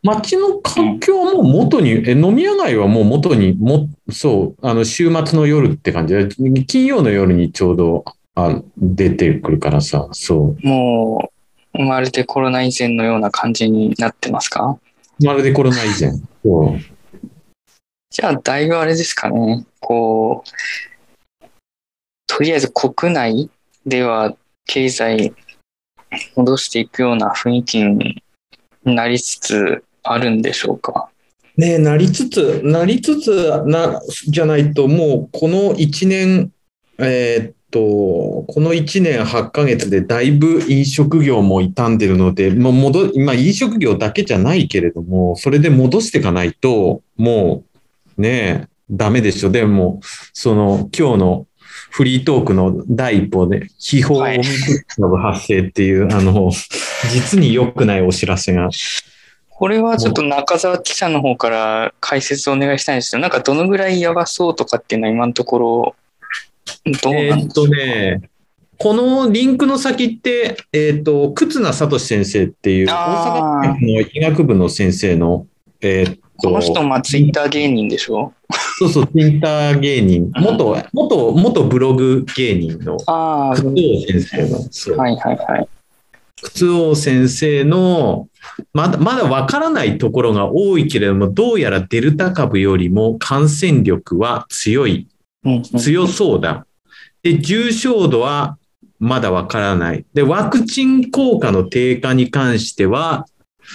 街の環境はもう元に、飲み屋街はもう元に、そう、週末の夜って感じで、金曜の夜にちょうど出てくるからさ、そう。 もう、まるでコロナ以前のような感じになってますか？ まるでコロナ以前。そう。 じゃあ、だいぶあれですかね。こう、とりあえず国内では経済戻していくような雰囲気になりつつあるんでしょうか。 ねえ、なりつつじゃないと、もうこの1年、この1年8ヶ月でだいぶ飲食業も傷んでるので、もう今飲食業だけじゃないけれども、それで戻していかないと、もうねえ、ダメでしょ。でも、今日のフリートークの第一歩で、秘宝オミクロン株発生っていう、実に良くないお知らせが。 これはちょっと中澤記者の方から解説をお願いしたいんですけど、なんかどのぐらいやばそうとかっていうのは今のところどうなんですか？ このリンクの先って、忽那聡先生っていう大阪大学の医学部の先生の、 この人はツイッター芸人でしょ？ そうそう、ツイッター芸人、元ブログ芸人の忽那先生の。そうはいはいはい。 忽那先生の、まだわからないところが多いけれども、どうやらデルタ株よりも感染力は強そうだ。で、重症度はまだわからない。で、ワクチン効果の低下に関しては、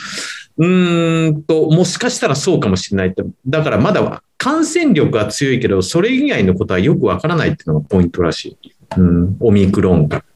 もしかしたらそうかもしれないって。だからまだ感染力は強いけど、それ以外のことはよくわからないっていうのがポイントらしい。オミクロンが。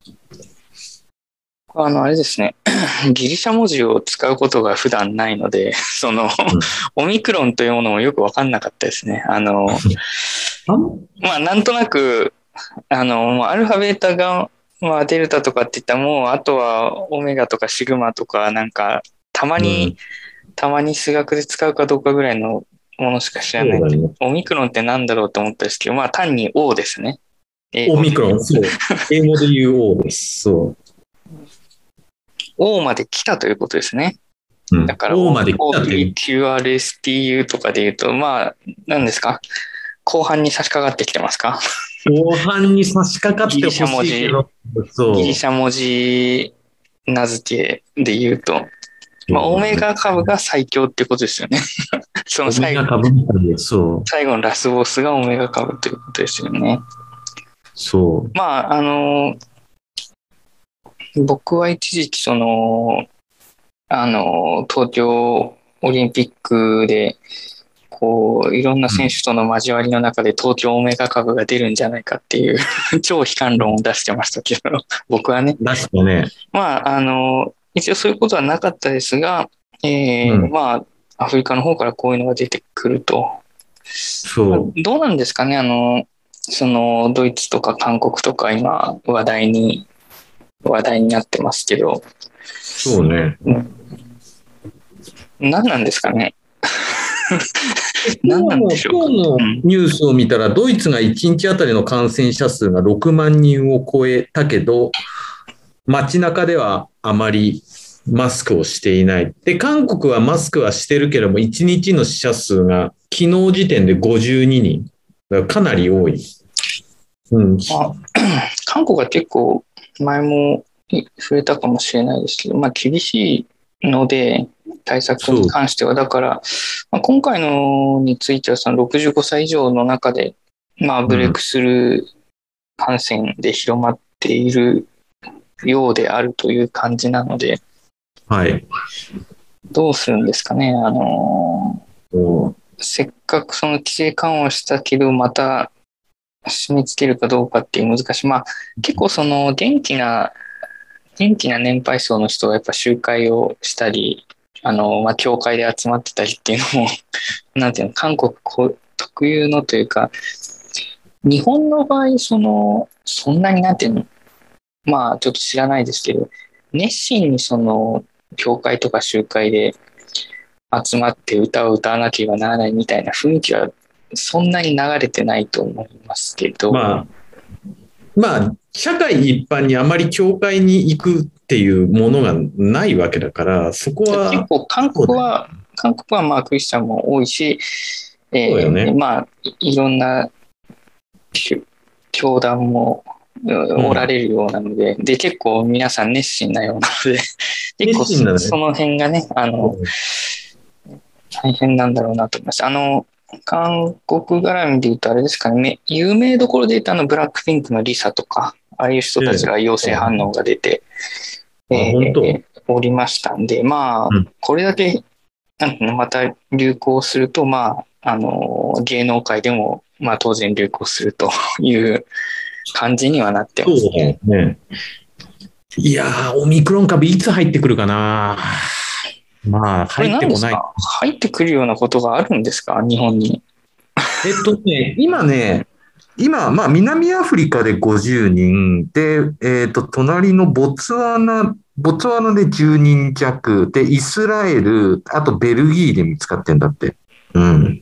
あれですね。ギリシャ文字を使うことが普段ないので、オミクロンというものもよくわかんなかったですね。まあ、なんとなく、アルファベータが、まあ、デルタとかって言ったらもう、あとはオメガとかシグマとか、なんか、たまに数学で使うかどうかぐらいのものしか知らない。オミクロンってなんだろうと思ったんですけど、まあ、単に O ですね。 オミクロン、そう。英語で言う O です。そう。 O まで来たということですね。だから、 O まで来たという。 OPQRSTU とかで言うと、まあ、何ですか？後半に差し掛かってきてますか？ 後半に差し掛かってほしいけど、 ギリシャ文字名付けで言うと、まあ、オメガ株が最強ってことですよね。その最後のラスボスがオメガ株ということですよね。 そう。 まあ、僕は一時期東京オリンピックで、こういろんな選手との交わりの中で東京オメガ株が出るんじゃないかっていう超悲観論を出してましたけど、僕はね。 出したね。 まあ、一応そういうことはなかったですが、まあ、アフリカの方からこういうのが出てくると。 そう。 どうなんですかね、ドイツとか韓国とか今話題になってますけど。 そうね。 何なんですかね。 今日のニュースを見たら、ドイツが1日あたりの感染者数が6万人を超えたけど、街中ではあまりマスクをしていない。で、韓国はマスクはしてるけども、1日の死者数が昨日時点で52人。だからかなり多い。 韓国は結構前も触れたかもしれないですけど、まあ厳しいので、対策に関しては、だから、まあ、今回のについてはその65歳以上の中で、まあ、ブレイクスルー感染で広まっているようであるという感じなので、 はい、 どうするんですかね。せっかくその規制緩和したけど、また締め付けるかどうかっていう難しい。まあ、結構その元気な年配層の人がやっぱ集会をしたり、まあ、教会で集まってたりっていうのも、なんていうの、韓国特有のというか、日本の場合、そんなになんていうの、まあ、ちょっと知らないですけど、熱心に教会とか集会で集まって歌を歌わなければならないみたいな雰囲気は、そんなに流れてないと思いますけど。 まあ、社会一般にあまり教会に行くっていうものがないわけだから、そこは。 結構韓国は韓国はまあクリスチャンも多いし、 そうよね。 まあいろんな教団もおられるようなので、で結構皆さん熱心なようなので結構熱心なね。 その辺がね大変なんだろうなと思います。韓国絡みで言うとあれですかね、有名どころで言うとブラックピンクのリサとか、ああいう人たちが陽性反応が出て、おりましたんで、まあ、これだけまた流行すると、まあ、芸能界でも、まあ、当然流行するという感じにはなってますね。 そうね。いやー、オミクロン株いつ入ってくるかな。まあ、入ってこない。 入ってくるようなことがあるんですか、日本に。 今、まあ、南アフリカで50人で、隣のボツワナで10人弱で、イスラエル、あとベルギーで見つかってんだって。うん。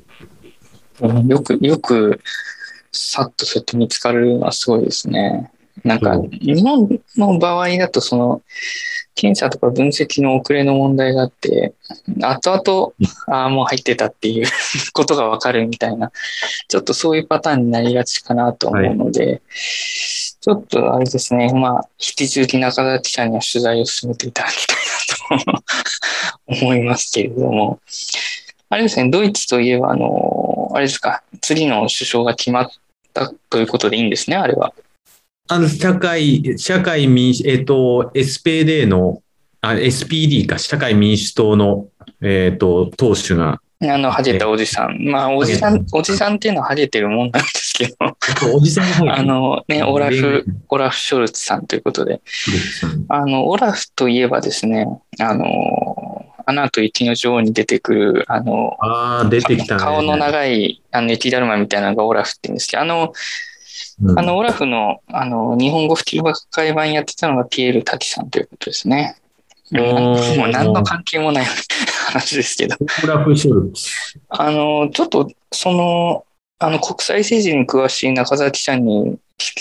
よく、さっとそうやって見つかるのはすごいですね。なんか、日本の場合だと、検査とか分析の遅れの問題があって、後々、もう入ってたっていうことがわかるみたいな、ちょっとそういうパターンになりがちかなと思うので、はい、ちょっとあれですね、まあ、引き続き中田記者には取材を進めていただきたいなと思いますけれども、あれですね、ドイツといえば、あれですか、次の首相が決まったということでいいんですね、あれは。 社会民主、SPD の、SPD か、社会民主党の、党首が。 ハゲたおじさん。まあ、おじさんっていうのはハゲてるもんなんですけど。 おじさんね、オラフ・ショルツさんということで。オラフといえばですね、アナと雪の女王に出てくる、 出てきたね、 顔の長い、雪だるまみたいなのがオラフって言うんですけど、オラフの、日本語吹き替え版やってたのがピエール滝さんということですね。もう何の関係もない話ですけど。 オラフ・ショルツ。 ちょっと、国際政治に詳しい中澤記者に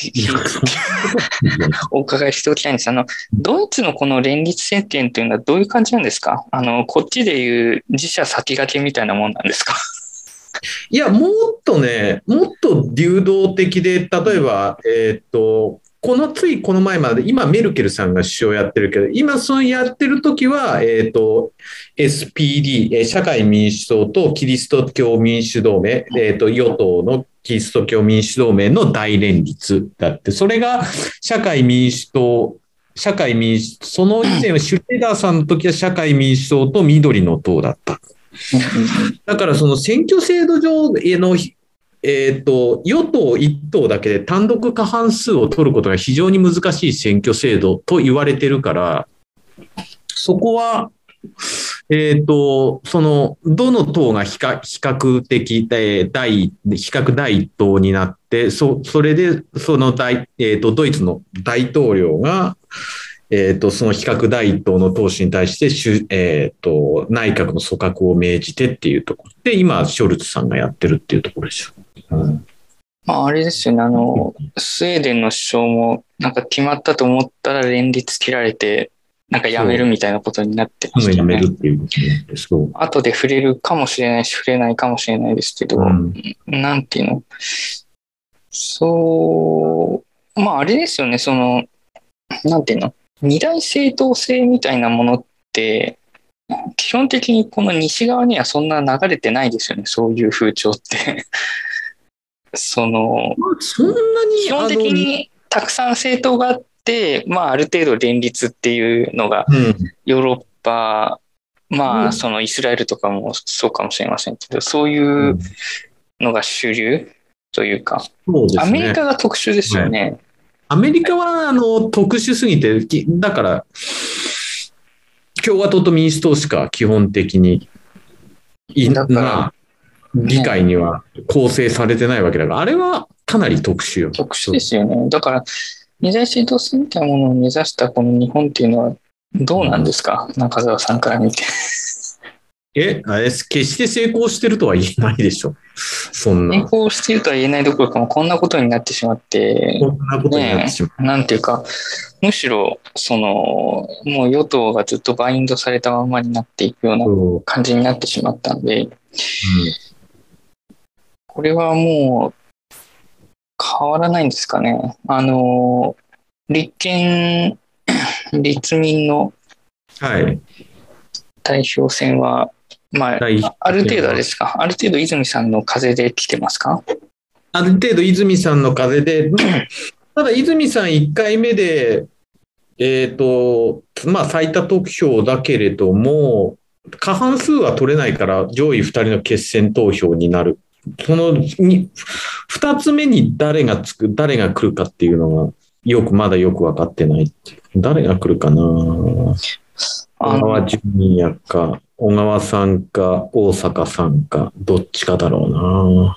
お伺いしておきたいんです。ドイツのこの連立政権というのはどういう感じなんですか？こっちでいう自社先駆けみたいなもんなんですか？ いや、もっと流動的で、例えば、ついこの前まで、今メルケルさんが首相やってるけど、今そのやってる時は、SPD、社会民主党とキリスト教民主同盟、与党のキリスト教民主同盟の大連立だって、それが社会民主党、その以前はシュレーダーさんの時は社会民主党と緑の党だった。だからその選挙制度上の、与党一党だけで単独過半数を取ることが非常に難しい選挙制度と言われてるから、そこは、どの党が比較的、第一党になって、それで、ドイツの大統領が、その比較第一党の党首に対して、内閣の組閣を命じてっていうところで、今、ショルツさんがやってるっていうところでしょう。 まあ、あれですよね、スウェーデンの首相も、なんか決まったと思ったら連立切られて、なんか辞めるみたいなことになってましたね。 辞めるっていうことなんです。 後で触れるかもしれないし、触れないかもしれないですけど、なんていうの。まあ、あれですよね、なんていうの。二大正当性みたいなものって、基本的にこの西側にはそんな流れてないですよね、そういう風潮って。そんなに基本的にたくさん政党があって、まあ、ある程度連立っていうのが、ヨーロッパ、まあ、イスラエルとかもそうかもしれませんけど、そういうのが主流というか、アメリカが特殊ですよね。 アメリカは特殊すぎて、だから共和党と民主党しか基本的に議会には構成されてないわけだから、あれはかなり特殊よ。 特殊ですよね。だから二大政党制みたいなものを目指したこの日本っていうのはどうなんですか、中澤さんから見て。 決して成功してるとは言えないでしょ。そん成な。 功しているとは言えないどころかもこんなことになってしまって、 こんなことになってしまう。 なんていうか、むしろ、もう与党がずっとバインドされたままになっていくような感じになってしまったんで、これはもう変わらないんですかね。立民の代表選は、ある程度ですか。ある程度泉さんの風で来てますか？ ある程度泉さんの風で、ただ泉さん1回目で、最多得票だけれども、過半数は取れないから上位2人の決選投票になる。その2つ目に誰が来るかっていうのがまだよく分かってないっていう。誰が来るかな。小川淳也か、小川さんか、大阪さんか、どっちかだろうな。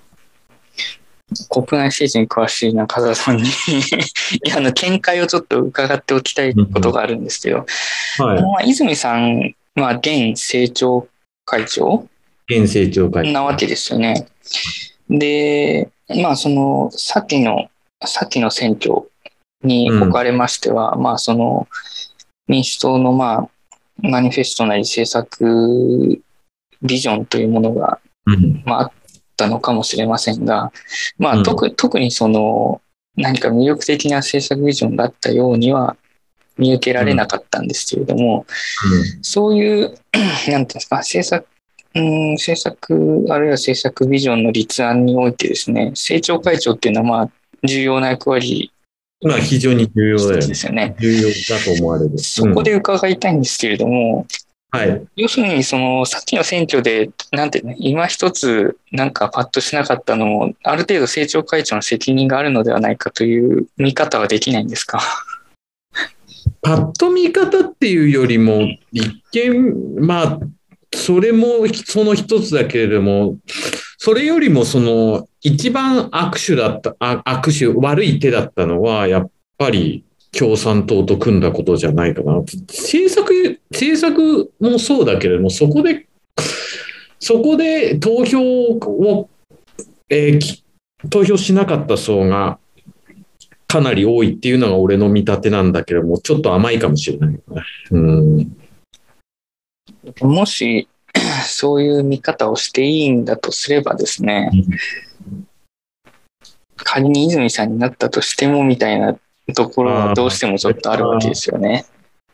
国内政治に詳しい中澤さんに見解をちょっと伺っておきたいことがあるんですけど、泉さんは現政調会長なわけですよね。で、先の選挙におかれましては、民主党のマニフェストなり政策ビジョンというものが、あったのかもしれませんが、特に何か魅力的な政策ビジョンがあったようには見受けられなかったんですけれども、そういう、なんていうんですか、政策あるいは政策ビジョンの立案においてですね、政調会長っていうのは重要な役割非常に重要ですよね。 重要だと思われる。 そこで伺いたいんですけれども、要するにさっきの選挙で今一つなんかパッとしなかったのもある程度政調会長の責任があるのではないかという見方はできないんですか？ パッと見方っていうよりも一見それもその一つだけれども、それよりも一番悪い手だったのはやっぱり共産党と組んだことじゃないかな。政策もそうだけれども、そこで投票しなかった層がかなり多いっていうのが俺の見立てなんだけども、ちょっと甘いかもしれないね。 もしそういう見方をしていいんだとすればですね、仮に泉さんになったとしてもみたいなところはどうしてもちょっとあるわけですよね。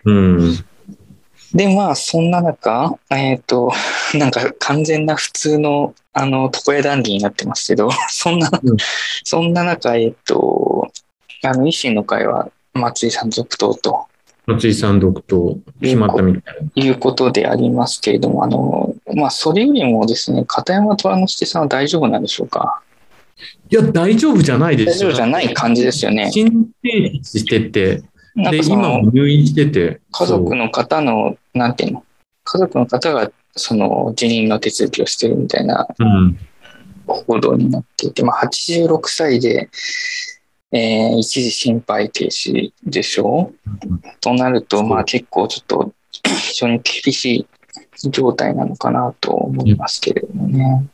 で、そんな中、なんか完全な普通の床屋談義になってますけど、そんな中、維新の会は松井さん続投と。 松井さん続投決まったみたいな。 いうことでありますけれども、それよりもですね、片山虎之助さんは大丈夫なんでしょうか？ いや、大丈夫じゃないですよ。 大丈夫じゃない感じですよね。 心停止してて、で、今も入院してて。 家族の方の、家族の方が辞任の手続きをしてるみたいな報道になっていて、86歳で、一時心肺停止でしょう、となると、結構ちょっと非常に厳しい状態なのかなと思いますけれどもね。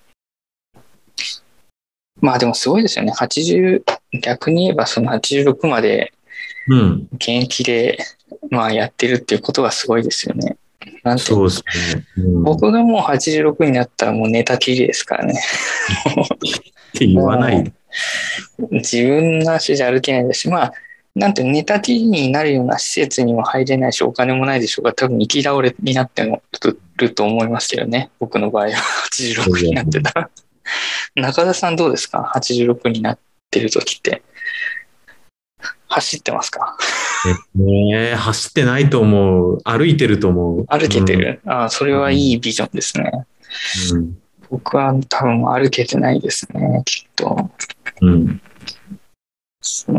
でもすごいですよね。逆に言えばその86まで現役でやってるっていうことがすごいですよね。 そうですね。 僕がもう86になったらもう寝たきりですからね。 って言わないで。 自分の足じゃ歩けないですし、寝たきりになるような施設にも入れないし、お金もないでしょうが、多分生き倒れになってもると思いますけどね。僕の場合は86になってたら。中田さんどうですか？ 86 になってる時って。走ってますか？ 走ってないと思う。歩いてると思う。 歩けてる。それはいいビジョンですね。僕は多分歩けてないですね、きっと。そ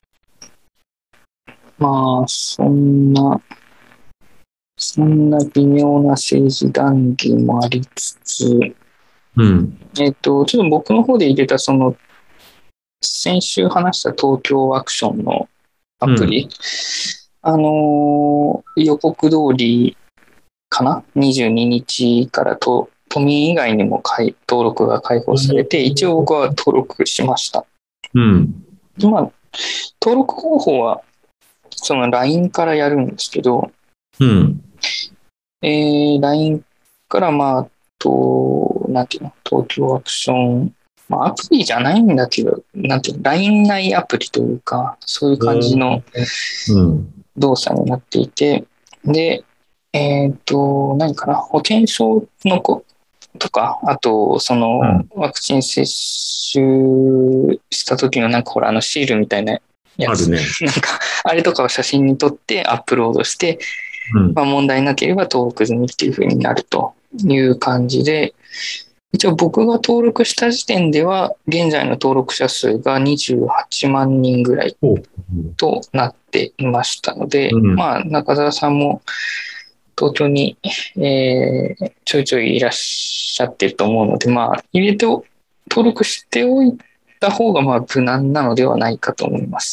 んな微妙な政治談義もありつつ、ちょっと僕の方で入れた先週話した東京アクションのアプリ、予告通りかな ?22 日から都民以外にも登録が開放されて、一応僕は登録しました。 うん。 まあ、登録方法は、その LINE からやるんですけど、 うん。 LINE からなんていうの、東京アクション、アプリじゃないんだけど、なんていうの、LINE 内アプリというか、そういう感じの動作になっていて、で、何かな、保険証のとか、あと、その、ワクチン接種した時のほら、シールみたいなやつ、 ね、 あれとかを写真に撮ってアップロードして、問題なければ登録済みっていう風になるという感じで、一応僕が登録した時点では、現在の登録者数が28万人ぐらいとなっていましたので、中澤さんも東京に、ちょいちょいいらっしゃってると思うので、登録しておいた方が無難なのではないかと思います。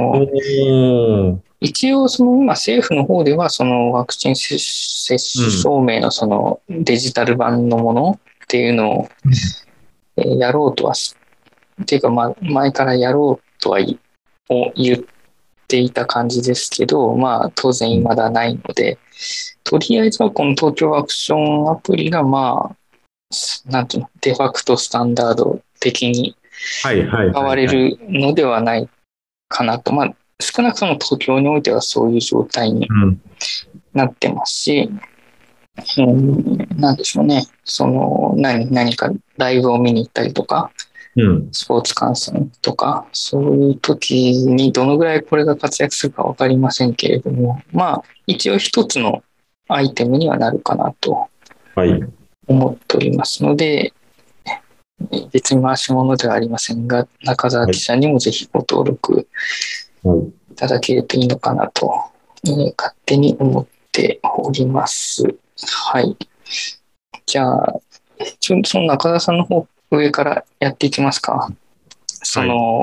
一応今政府の方ではそのワクチン接種証明のそのデジタル版のものっていうのをやろうとはっていうか前からやろうとは言っていた感じですけど、当然未だないので、とりあえずはこの東京アクションアプリがなんていうの、デファクトスタンダード的に使われるのではないかなと。少なくとも東京においてはそういう状態になってますし、なんでしょうね。何かライブを見に行ったりとか、スポーツ観戦とか、そういう時にどのぐらいこれが活躍するか分かりませんけれども、一応一つのアイテムにはなるかなと思っておりますので、別に回し物ではありませんが、中澤記者にもぜひご登録いただけるといいのかなと、勝手に思っております。はい。じゃあ、その中澤さんの方、上からやっていきますか。三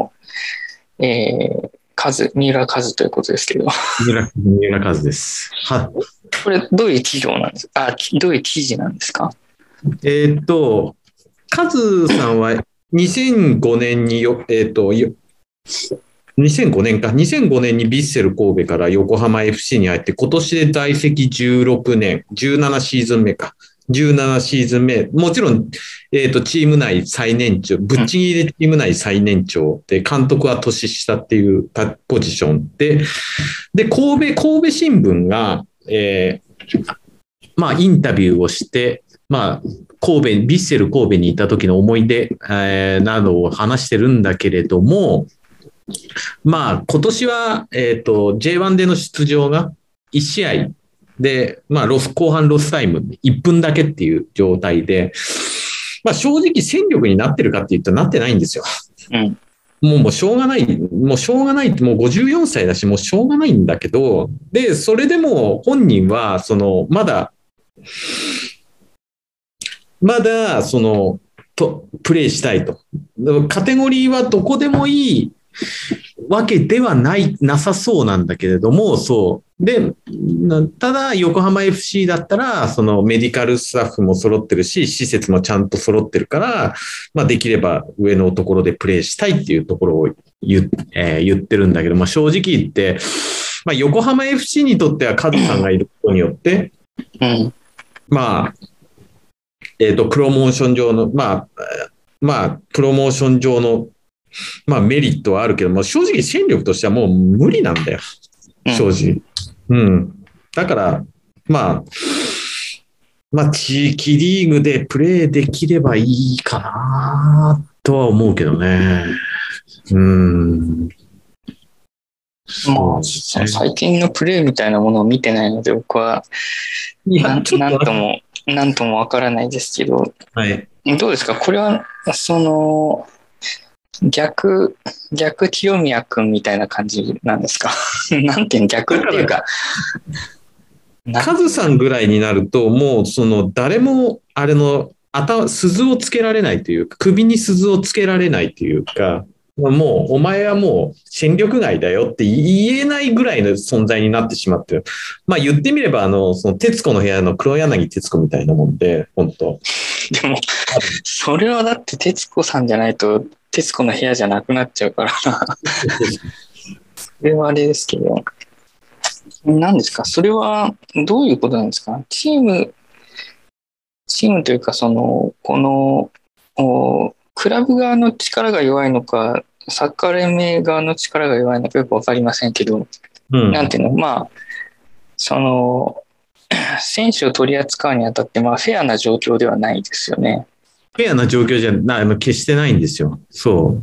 浦和ということですけど。 三浦和です。 これ、どういう記事なんですか？どういう記事なんですか？ 和さんは2005年に2005年か。2005年にヴィッセル神戸から横浜 FC に入って、今年で在籍16年、17シーズン目か。17シーズン目。もちろん、チーム内最年長、ぶっちぎりでチーム内最年長で、監督は年下っていうポジションで、神戸新聞が、インタビューをして、ヴィッセル神戸にいた時の思い出、などを話してるんだけれども、今年は、J1 での出場が1試合で、後半ロスタイム1分だけっていう状態で、正直戦力になってるかって言うとなってないんですよ。もうしょうがない。もう54歳だし、もうしょうがないんだけど、で、それでも本人は、まだ、プレイしたいと。カテゴリーはどこでもいいわけではなさそうなんだけれども、で、ただ横浜 FC だったら、メディカルスタッフも揃ってるし、施設もちゃんと揃ってるから、できれば上のところでプレイしたいっていうところを言ってるんだけど、正直言って、横浜 FC にとってはカズさんがいることによって、プロモーション上の、プロモーション上の、メリットはあるけども、正直戦力としてはもう無理なんだよ。正直。だから、地域リーグでプレーできればいいかなとは思うけどね。 最近のプレーみたいなものを見てないので、僕は、なんともわからないですけど、どうですか？これは、逆清宮くんみたいな感じなんですか？なんていうの、逆っていうか。 カズさんぐらいになると、もう誰も鈴をつけられないというか、首に鈴をつけられないというか、 もう、お前はもう戦力外だよって言えないぐらいの存在になってしまってる。まあ言ってみれば、その徹子の部屋の黒柳徹子みたいなもんで、本当。 でも、それはだって徹子さんじゃないと、徹子の部屋じゃなくなっちゃうからな。それはあれですけど。何ですかそれはどういうことなんですかチームというか、クラブ側の力が弱いのか、サッカー連盟側の力が弱いのかよくわかりませんけど、なんていうの、まあ、選手を取り扱うにあたって、まあ、フェアな状況ではないですよね。 フェアな状況じゃない、決してないんですよ。そう。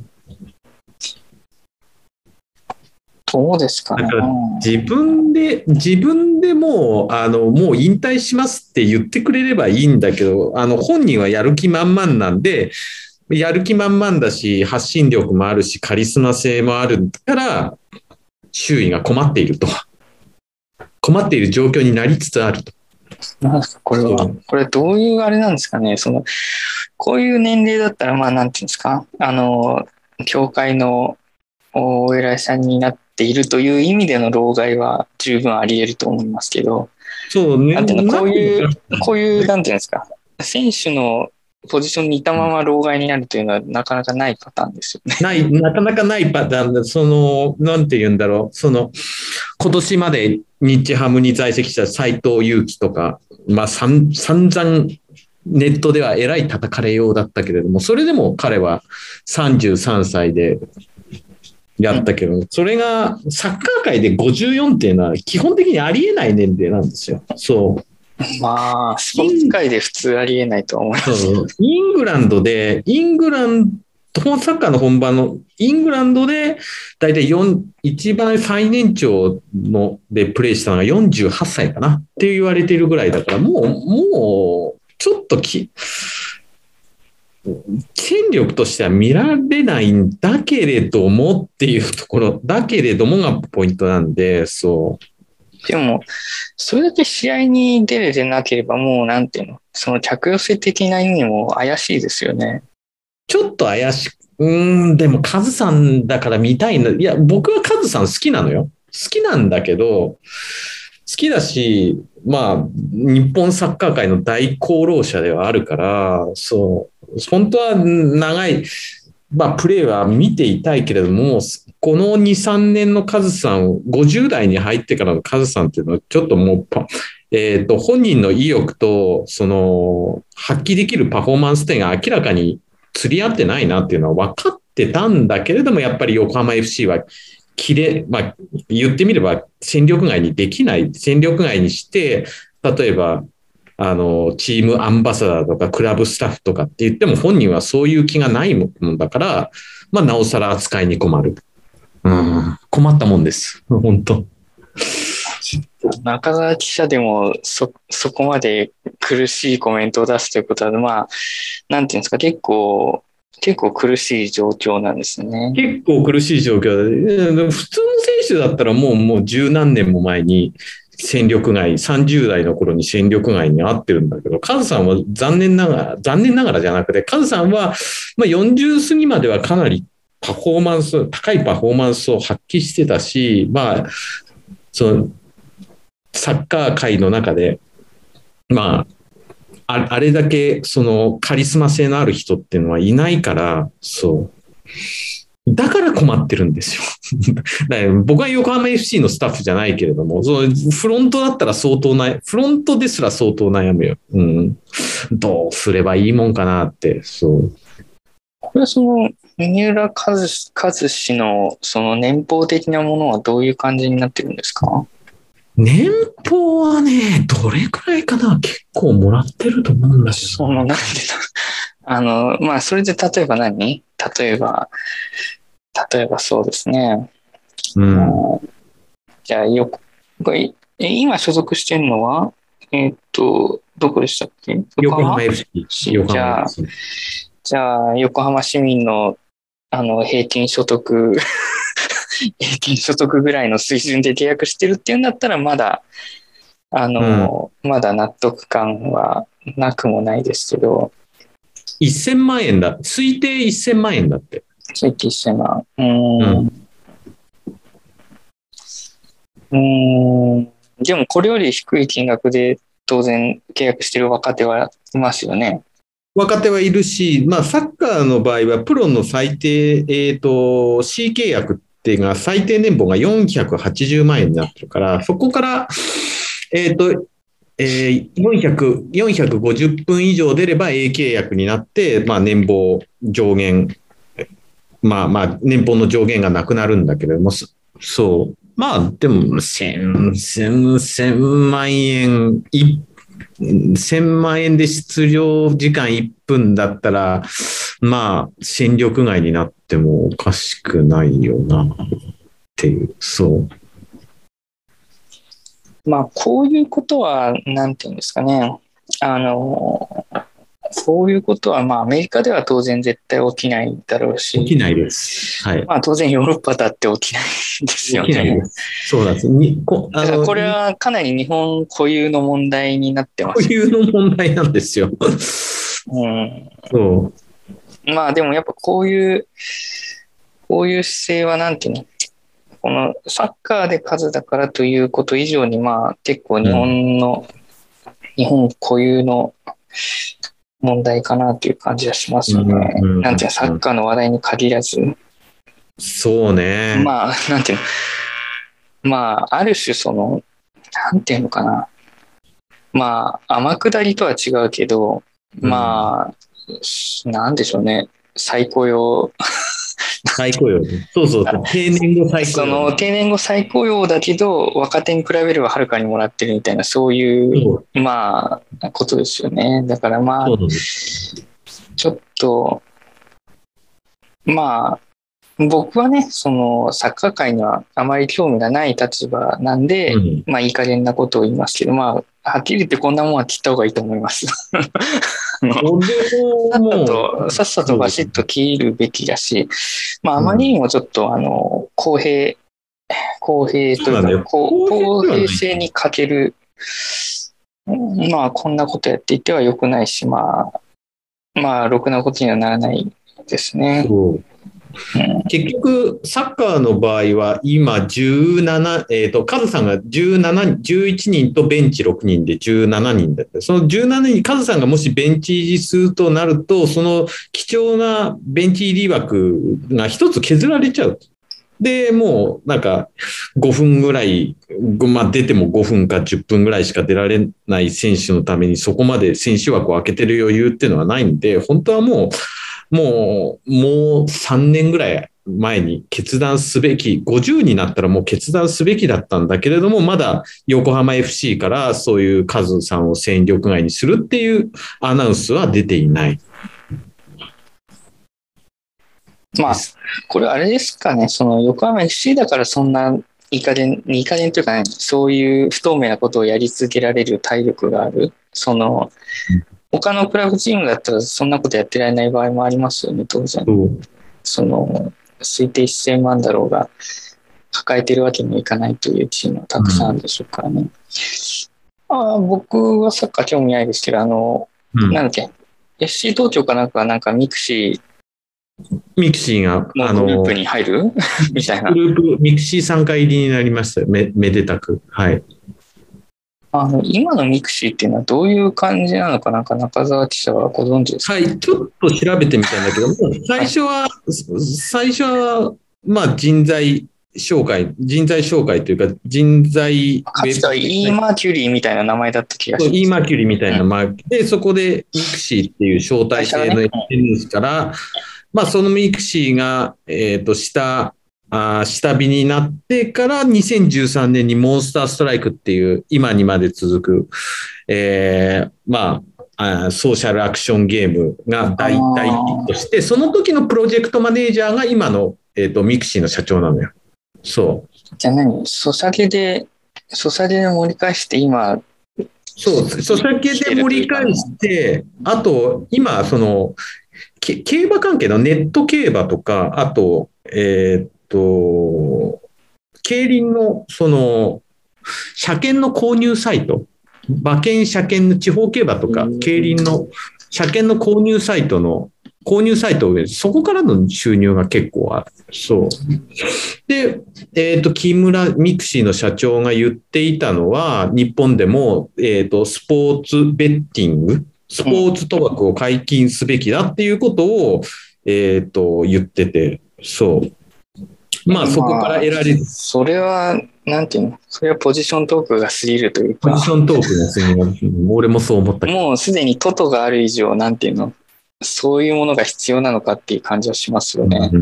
どうですかね。 だから自分でももう引退しますって言ってくれればいいんだけど、本人はやる気満々なんで、やる気満々だし、発信力もあるし、カリスマ性もあるから、周囲が困っていると。困っている状況になりつつあると。 なんですか、これどういうあれなんですかね。こういう年齢だったら、まあ、なんていうんですか、教会のお偉いさんになっているという意味での老害は十分あり得ると思いますけど、 そうね。 なんていうの、こういう、なんていうんですか、選手のポジションにいたまま老害になるというのはなかなかないパターンですよね。 なかなかないパターンで、なんて言うんだろう、今年まで日ハムに在籍した斎藤佑樹とか、まあ、散々ネットではえらい叩かれようだったけれども、それでも彼は33歳でやったけど、それがサッカー界で54っていうのは基本的にありえない年齢なんですよ。そう。 まあ、スポーツ界で普通ありえないと思います。 イングランド、サッカーの本場のイングランドで、だいたい一番最年長でプレーしたのが48歳かなって言われているぐらいだから、もう、ちょっと戦力としては見られないんだけれどもっていうところ、だけれどもがポイントなんで、そう。 でも、それだけ試合に出れてなければ、もうなんていうの、その着寄せ的な意味も怪しいですよね。 ちょっと怪しく、でもカズさんだから見たいんだ。いや、僕はカズさん好きなのよ。好きなんだけど、好きだし、まあ、日本サッカー界の大功労者ではあるから、そう、本当は長い、まあ、プレーは見ていたいけれども、この2、3年のカズさん、50代に入ってからのカズさんっていうのは、ちょっともう本人の意欲と、発揮できるパフォーマンス点が明らかに釣り合ってないなっていうのは分かってたんだけれども、やっぱり横浜 FC はまあ、言ってみれば戦力外にできない、戦力外にして、例えば、チームアンバサダーとかクラブスタッフとかって言っても本人はそういう気がないもんだから、まあ、なおさら扱いに困る。困ったもんです。本当。 中澤記者でもそこまで苦しいコメントを出すということは、まあ、なんていうんですか、結構苦しい状況なんですね。 結構苦しい状況で、普通の選手だったらもう十何年も前に戦力外、30代の頃に戦力外に合ってるんだけど、カズさんは残念ながらじゃなくて、カズさんはまあ40過ぎまではかなり高いパフォーマンスを発揮してたし、まあ、サッカー界の中で、まあ、あれだけカリスマ性のある人っていうのはいないから、そう。だから困ってるんですよ。だから僕は横浜 FC のスタッフじゃないけれども、フロントだったらフロントですら相当悩むよ。どうすればいいもんかなって、そう。 これは三浦和氏の年俸的なものはどういう感じになってるんですか？ 年俸はね、どれくらいかな、結構もらってると思うんだけど。 なんでだ。まあ、それで例えば例えばそうですね。じゃあ今所属してるのは、どこでしたっけ？ 横浜 FC。 じゃあ、横浜市民の、平均所得ぐらいの水準で契約してるっていうんだったら、まだ、まだ納得感はなくもないですけど。 1000万円だ。推定1000万円だって。 推定1000万。でもこれより低い金額で当然契約してる若手はいますよね。 若手はいるし、まあ、サッカーの場合は、プロの最低、C 契約っていうのが、最低年俸が480万円になってるから、そこから、450分以上出れば A 契約になって、まあ、年俸上限、年俸の上限がなくなるんだけれども、そう。まあ、でも、1000万円、1000万円で出場時間1分だったら、まあ、戦力外になってもおかしくないよな、っていう、そう。 まあ、こういうことは、なんていうんですかね。こういうことは、まあ、アメリカでは当然絶対起きないだろうし。 起きないです。はい。 まあ、当然ヨーロッパだって起きないですよね。 起きないです。そうなんです。 だからこれはかなり日本固有の問題になってます。 固有の問題なんですよ。 そう。まあ、でもやっぱこういう姿勢はなんていうの、このサッカーで数だからということ以上に、まあ結構日本固有の問題かなという感じがしますよね。なんていうの、サッカーの話題に限らず。 そうね。 まあ、なんていうの、まあ、ある種なんていうのかな。まあ、天下りとは違うけど、まあ、なんでしょうね。再雇用。 再雇用。そうそう。定年後再雇用。 定年後再雇用だけど、若手に比べればはるかにもらってるみたいな、そういう、まあ、ことですよね。だからまあ、ちょっと、まあ、僕はね、サッカー界にはあまり興味がない立場なんで、まあ、いい加減なことを言いますけど、まあ、はっきり言ってこんなもんは切った方がいいと思います。さっさとバシッと切るべきだし、まあ、あまりにもちょっと、公平というか、公平性に欠ける、まあ、こんなことやっていては良くないし、まあ、ろくなことにはならないですね。 結局、サッカーの場合は、今17、カズさんが11人とベンチ6人で17人だった。その17人、カズさんがもしベンチ入りするとなると、その貴重なベンチ入り枠が一つ削られちゃう。で、もうなんか5分ぐらい、まあ出ても5分か10分ぐらいしか出られない選手のためにそこまで選手枠を空けてる余裕っていうのはないんで、本当はもう3年ぐらい前に決断すべき、50になったらもう決断すべきだったんだけれども、まだ横浜 FC からそういうカズさんを戦力外にするっていうアナウンスは出ていない。 まあ、これあれですかね、横浜 FC だからそんないい加減というかね、そういう不透明なことをやり続けられる体力がある。他のクラブチームだったらそんなことやってられない場合もありますよね、当然。推定1000万だろうが、抱えてるわけにはいかないというチームはたくさんあるでしょうからね。僕はサッカー興味ないですけど、なんだっけ、FC 東京かなんかミクシーがグループに入るみたいな。 グループ、ミクシー参加入りになりましたよ。めでたく。はい。 今のミクシーっていうのはどういう感じなのかなんか中澤記者はご存知ですか？ はい、ちょっと調べてみたんだけども、最初は、まあ人材紹介というか、人材かつてはイーマーキュリーみたいな名前だった気がします。 イーマーキュリーみたいな名前で、そこでミクシーっていう招待制の SNS から、まあそのミクシーが、下火になってから2013年にモンスターストライクっていう今にまで続く、まあ、ソーシャルアクションゲームが大ヒットして、その時のプロジェクトマネージャーが今の、ミクシーの社長なのよ。そう。 じゃあソシャゲで盛り返して今、 そう、ソシャゲで盛り返して、あと、今、競馬関係のネット競馬とか、あと、競輪の、車検の購入サイト、馬券、車検の地方競馬とか、競輪の車検の購入サイトの、 購入サイトを、そこからの収入が結構ある。そう。で、木村ミクシーの社長が言っていたのは、日本でも、スポーツベッティング、スポーツ賭博を解禁すべきだっていうことを、言ってて、そう。まあ、そこから得られる。 それは、なんていうの、それはポジショントークが過ぎるというか。 ポジショントークが過ぎる。俺もそう思ったけど。 もうすでにトトがある以上、なんていうの、そういうものが必要なのかっていう感じはしますよね。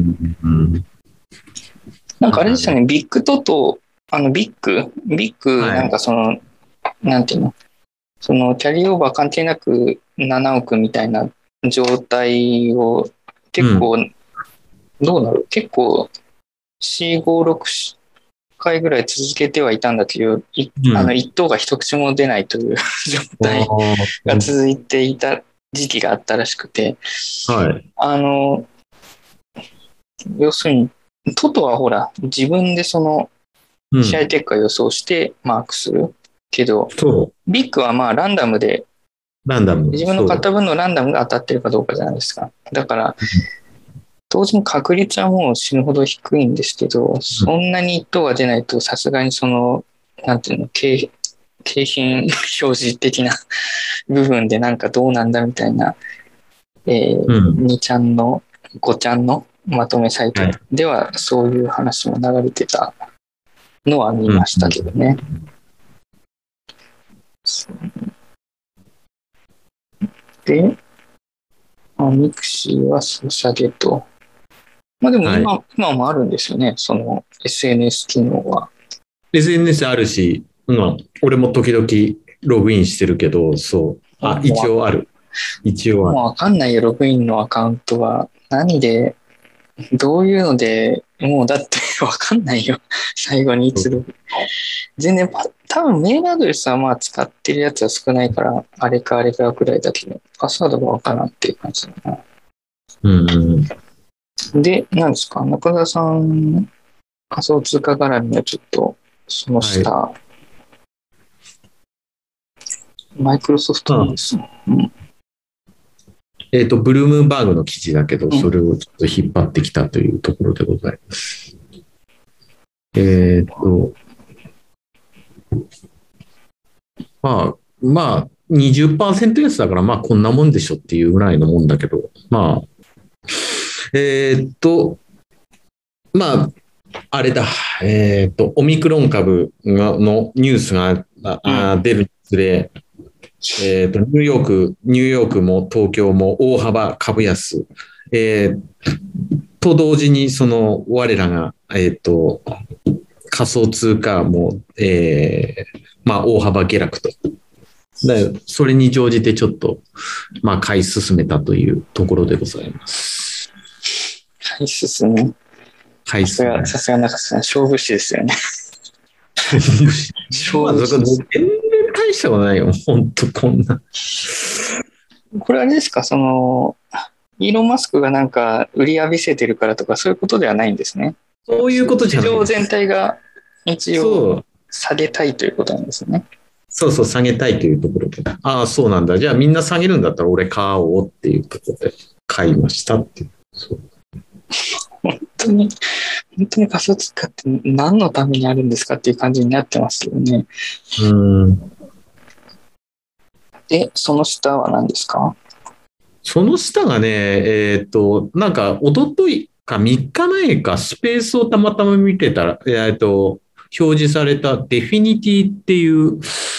なんかあれですよね、ビッグトト、ビッグ、なんかその、なんていうの、そのキャリーオーバー関係なく7億みたいな状態を結構、どうなる？結構、4、5、6回ぐらい続けてはいたんだけど、一等が一口も出ないという状態が続いていた時期があったらしくて、要するに、トトはほら、自分でその試合結果予想してマークするけど、ビッグはまあランダムで、自分の買った分のランダムが当たってるかどうかじゃないですか。だから、当時の確率はもう死ぬほど低いんですけど、そんなに一等が出ないと、さすがにその、なんていうの、景品表示的な部分でなんかどうなんだみたいな、2ちゃんの、5ちゃんのまとめサイトではそういう話も流れてたのは見ましたけどね。で、ミクシーはソシャゲと。まあでも今もあるんですよね、その SNS 機能は。 SNS あるし、俺も時々ログインしてるけど、そう。一応ある。もうわかんないよ、ログインのアカウントは。何で、どういうので、もうだってわかんないよ。最後にいつログ。全然、多分メールアドレスはまあ使ってるやつは少ないから、あれかくらいだけど、パスワードがわからんっていう感じだな。で、何ですか、中田さん、仮想通貨絡みはちょっと、その下、マイクロソフトです。 ブルームバーグの記事だけど、それをちょっと引っ張ってきたというところでございます。まあ、20% 安だから、まあ、こんなもんでしょっていうぐらいのもんだけど、まあ、まあ、あれだ、オミクロン株のニュースが出るにつれ、ニューヨークも東京も大幅株安、と同時に、我らが、仮想通貨も、まあ、大幅下落と。それに乗じてちょっと、まあ、買い進めたというところでございます。 買い進め。さすが中さん、勝負師ですよね。 勝負師。全然大したことないよ、本当こんな。 これあれですか、イーロン・マスクがなんか売り浴びせてるからとか、そういうことではないんですね。 そういうことじゃない。市場全体が一応下げたいということなんですね。 そう、下げたいというところで。ああ、そうなんだ。じゃあみんな下げるんだったら俺買おうっていうところで買いましたっていう。そう本当に仮想通貨って何のためにあるんですかっていう感じになってますよね。で、その下は何ですか？ その下がね、なんか、一昨日か3日前か、スペースをたまたま見てたら、表示されたデフィニティっていう、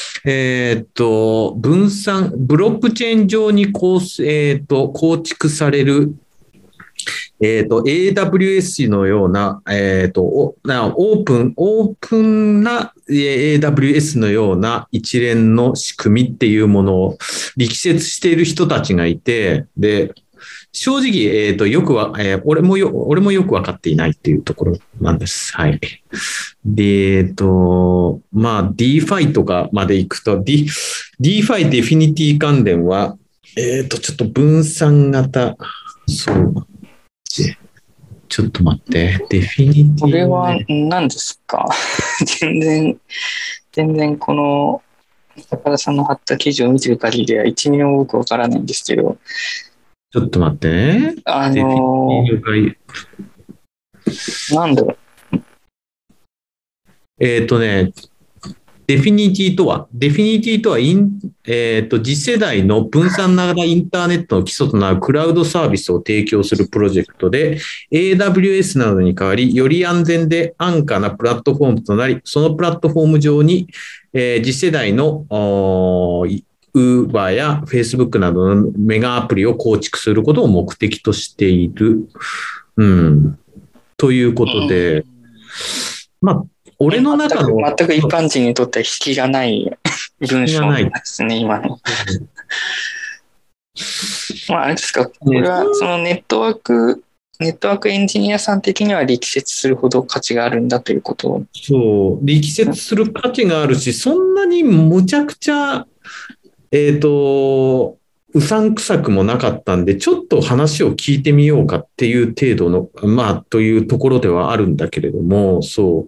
分散、ブロックチェーン上に構築される、AWS のような、オープンな AWS のような一連の仕組みっていうものを力説している人たちがいて、で、正直、俺もよくわかっていないっていうところなんです。はい。で、まあ、DeFi とかまで行くと、DeFi デフィニティ関連は、ちょっと分散型、そう。ちょっと待って、デフィニティ。 これは何ですか？全然この高田さんの貼った記事を見てる限りでは1ミリも僕わからないんですけど、 ちょっと待ってね。デフィニティの概なんだろデフィニティとは、次世代の分散型インターネットの基礎となるクラウドサービスを提供するプロジェクトで、AWS などに代わり、より安全で安価なプラットフォームとなり、そのプラットフォーム上に、次世代のUber や Facebook などのメガアプリを構築することを目的としている。ということで、まあ、俺の中の全く一般人にとっては引きがない文章ですね、今の。まあ、あれですか、これはそのネットワークエンジニアさん的には力説するほど価値があるんだということを。 そう、力説する価値があるし、そんなにむちゃくちゃ、うさんくさくもなかったんで、ちょっと話を聞いてみようかっていう程度の、というところではあるんだけれども、そう。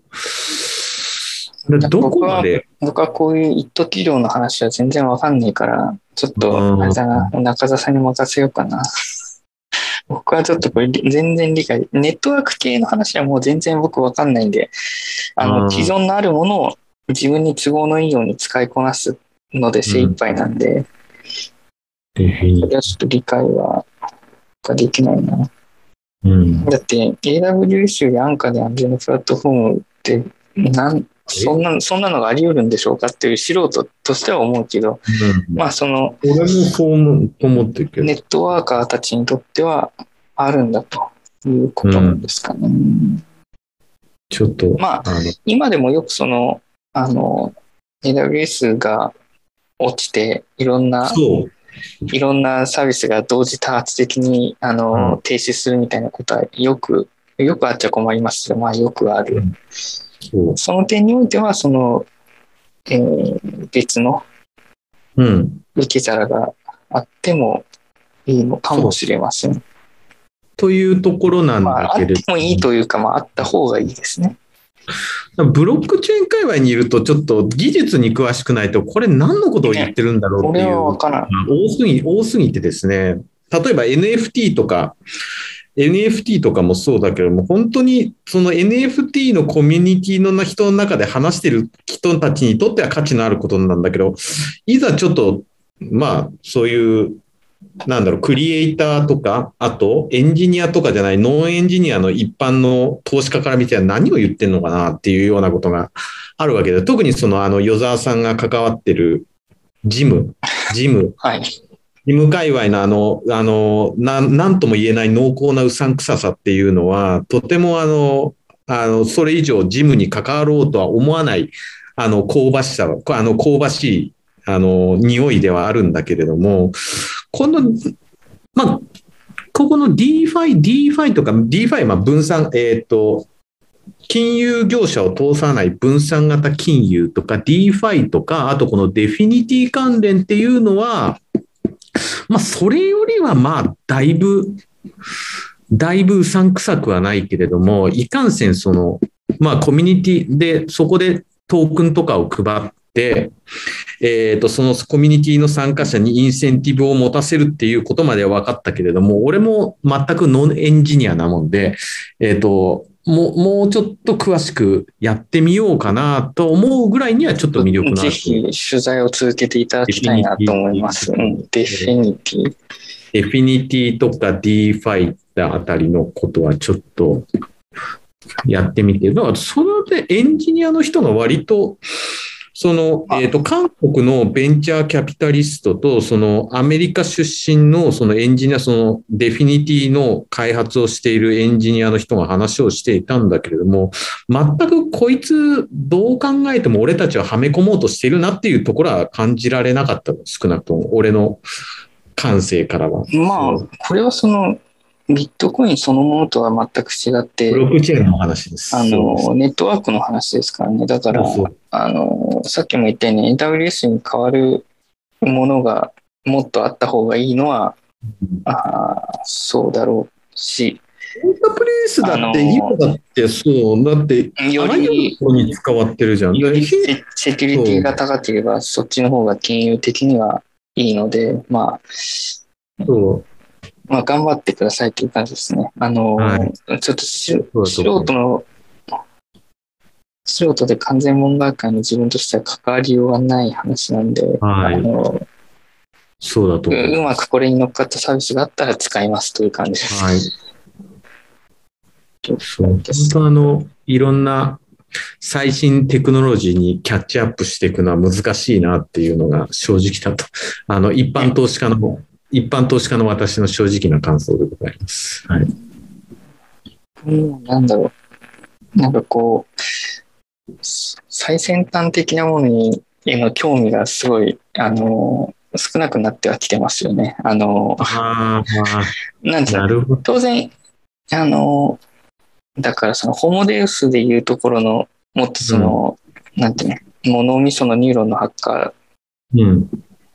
どこまで僕はこういう一途企業の話は全然わかんないから、ちょっと、あれだな、中澤さんに任せようかな。僕はちょっとこれ全然理解、ネットワーク系の話はもう全然僕わかんないんで、既存のあるものを自分に都合のいいように使いこなすので精一杯なんで、それはちょっと理解はできないな。だって AWS より安価で安全なプラットフォームってそんなのがあり得るんでしょうかっていう素人としては思うけど、まあその俺もそう思ってるけど、 ネットワーカーたちにとってはあるんだということなんですかね。 ちょっとまあ今でもよくそのAWS が落ちていろんなサービスが同時多発的に停止するみたいなことはよくあっちゃ困りますけど、まあよくある。その点においてはその、別の受け皿があってもいいのかもしれません。 というところなんだけれども、 あってもいいというか、あった方がいいですね。 ブロックチェーン界隈にいると、ちょっと技術に詳しくないと、これ何のことを言ってるんだろうっていう、多すぎてですね、例えば NFT とかもそうだけども、本当にその NFT のコミュニティの人の中で話してる人たちにとっては価値のあることなんだけど、いざちょっと、そういう、クリエイターとか、あとエンジニアとかじゃないノンエンジニアの一般の投資家から見て何を言ってんのかなっていうようなことがあるわけで、特にその与沢さんが関わってるジム、 はい。 ジム界隈のなんとも言えない濃厚なうさんくささっていうのは、とてもそれ以上ジムに関わろうとは思わない、香ばしさ、香ばしい、匂いではあるんだけれども、この、ここの DeFi とか、DeFi、分散、金融業者を通さない分散型金融とか DeFi とか、あとこのデフィニティ関連っていうのは、それよりはだいぶうさんくさくはないけれども、いかんせんコミュニティでそこでトークンとかを配って、そのコミュニティの参加者にインセンティブを持たせるっていうことまでは分かったけれども、俺も全くノンエンジニアなもんで、もうちょっと詳しくやってみようかなと思うぐらいにはちょっと魅力のある。 ぜひ取材を続けていただきたいなと思います。デフィニティとか DeFi あたりのことはちょっとやってみて、だからそれでエンジニアの人が割と韓国のベンチャーキャピタリストと、アメリカ出身のエンジニア、デフィニティの開発をしているエンジニアの人が話をしていたんだけれども、全くこいつどう考えても俺たちははめ込もうとしているなっていうところは感じられなかった。少なくとも俺の感性からは。 これはビットコインそのものとは全く違って、 ブロックチェーンの話です。 ネットワークの話ですからね。だから、さっきも言ったように AWS に代わるものがもっとあった方がいいのは、そうだろうし。 データプレイスだって、今だってそう、だって、 よりところに使わってるじゃん。 よりセキュリティが高ければ、そっちの方が金融的にはいいので、 そう。 まあ、頑張ってくださいという感じですね。 はい。 ちょっと素そうだと思います。 素人で完全門外漢の自分としては関わりようがない話なんで、 はい。そうだと思いうまます。 くこれに乗っかったサービスがあったら使いますという感じです。 はい。そう。本当いろんな最新テクノロジーにキャッチアップしていくのは難しいなっていうのが正直だと。一般投資家の私の正直な感想でございます。はい。 なんだろう。なんかこう、最先端的なものにへの興味がすごい、少なくなってはきてますよね。 ああ、 なんていうの、 なるほど。 当然、あの、だからそのホモデウスでいうところの、もっとうん。 なんていうの、もう脳みそのニューロンの発火うん。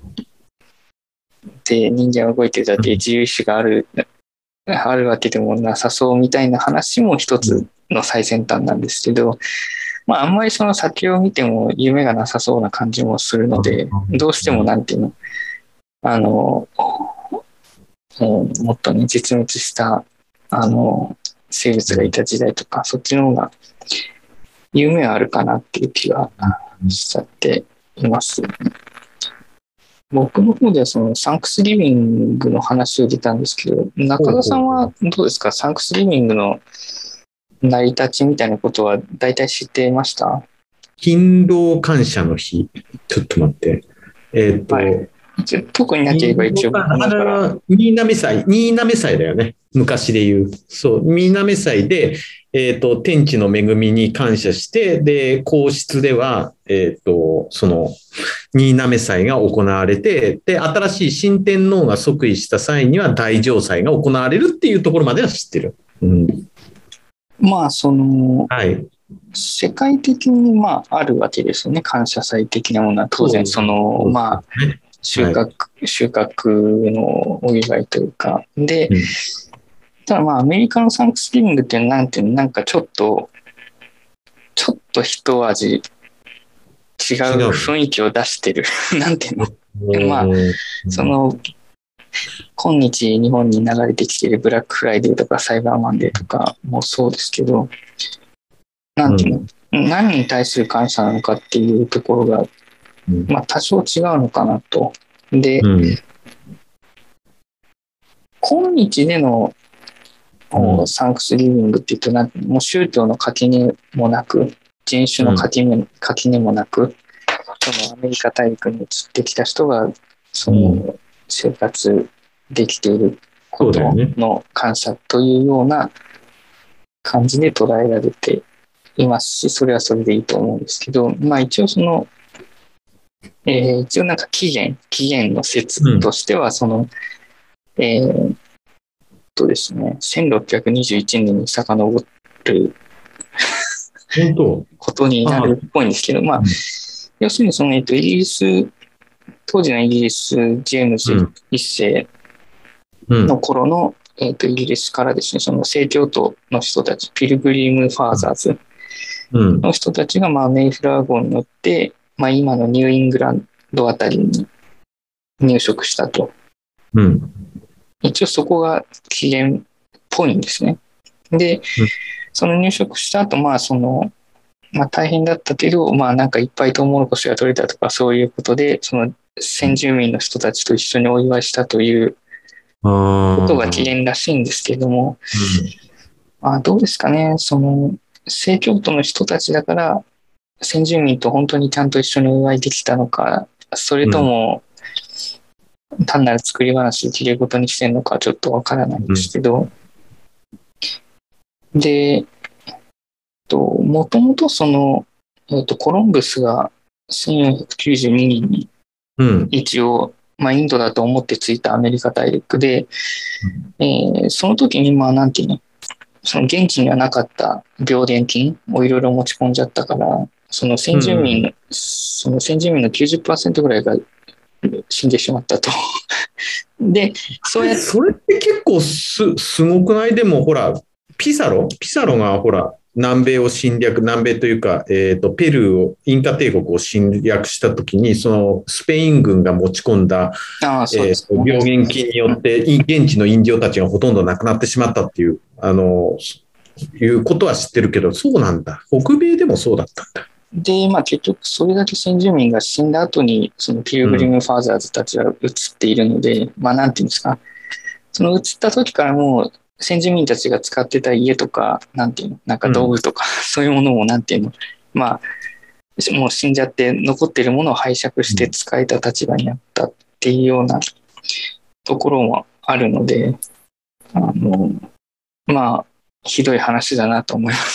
で人間は動いてるだけ自由意志があるわけでもなさそうみたいな話も一つうん。 の最先端なんですけど、まあ、あんまりその先を見ても夢がなさそうな感じもするので、どうしてもなんていうの、あの、もっとね、実滅した、あの、生物がいた時代とか、そっちの方が夢はあるかなっていう気がしちゃっています。僕の方ではそのサンクスギビングの話を出たんですけど、中ほう田さんはほうほう。 どうですか？サンクスギビングの成り立ちみたいなことは大体知っていました？ 勤労感謝の日。ちょっと待って。えっ、 はい。 と、 特になければ一応僕あ今から。 れは、新滑祭だよね。昔で言う。そう、新滑祭で、天地の恵みに感謝して、で、皇室では、新滑祭が行われて、で、新しい新天皇が即位した際には大嘗祭が行われるっていうところまでは知ってる。うん。 まあ、 はい。 世界的にまああるわけですよね。感謝祭的なものは当然そうでまあすね。はい。 収穫のお祝いというか。で、 うん。 ただまあアメリカのサンクスギビングってなんていうの、なんかちょっと一味違う違う。 雰囲気を出してる。なんていうの。まあ、 うん。 その、今日日本に流れてきているブラックフライデーとかサイバーマンデーとかもそうですけど、なんていうの、 うん。 何に対する感謝なのかっていうところが、 うん。 まあ多少違うのかなと。で、 うん。 今日でのうん。 サンクスギビングっていうと、もう宗教の垣根もなく、人種の垣根もなく、そのアメリカ大陸に移ってきた人が、そうん。 の生活できていることそうだよね。 の感謝というような感じで捉えられていますし、それはそれでいいと思うんですけど、まあ一応一応なんか起源の説うん。 としては、えーですね、1621年に遡る本当。 ことになああ、 るっぽいんですけど、まあ、 うん。 要するにイギリス、当時のイギリス、ジェームズうん。 一世のうん。 頃の、イギリスからですね、その正教徒の人たち、ピルグリム・ファーザーズうん。 の人たちが、まあ、メイフラワー号に乗って、まあ、今のニューイングランドあたりに入植したと。 うん。 一応そこが起源っぽいんですね。で、 うん。 その入植した後、まあ大変だったけど、まあなんかいっぱいトウモロコシが取れたとかそういうことで、その先住民の人たちと一緒にお祝いしたというあことが起あ、 源らしいんですけれども、 うん。 まあどうですかね、正教徒の人たちだから先住民と本当にちゃんと一緒にお祝いできたのか、それうん。 とも単なる作り話できれい事にしてるのかちょっとわからないんでうん。 すけど、で、もともとコロンブスが1492年にうん。 一応、まあ、インドだと思ってついたアメリカ大陸で、その時に、まあ、なんていうの、その現地にはなかった病原菌をいろいろ持ち込んじゃったから、 うん。 その先住民の90%ぐらいが死んでしまったと。で、そうやっそれって結構すごくない？でもほら、ピサロがほら、 南米を侵略、南米というか、ペルーを、インカ帝国を侵略したときに、そのスペイン軍が持ち込んだ、病原菌によって、現地のインディオたちがほとんど亡くなってしまったっていう、いうことは知ってるけど、そうなんだ。北米でもそうだったんだ。 で、結局それだけ先住民が死んだ後に、そのピルグリム・ファーザーズたちは移っているので、なんていうんですか、その移った時からもう先住民たちが使ってた家とか、なんていうの、なんか道具とか、そういうものもなんていうの、もう死んじゃって残っているものを拝借して使えた立場になったっていうようなところもあるので、ひどい話だなと思います。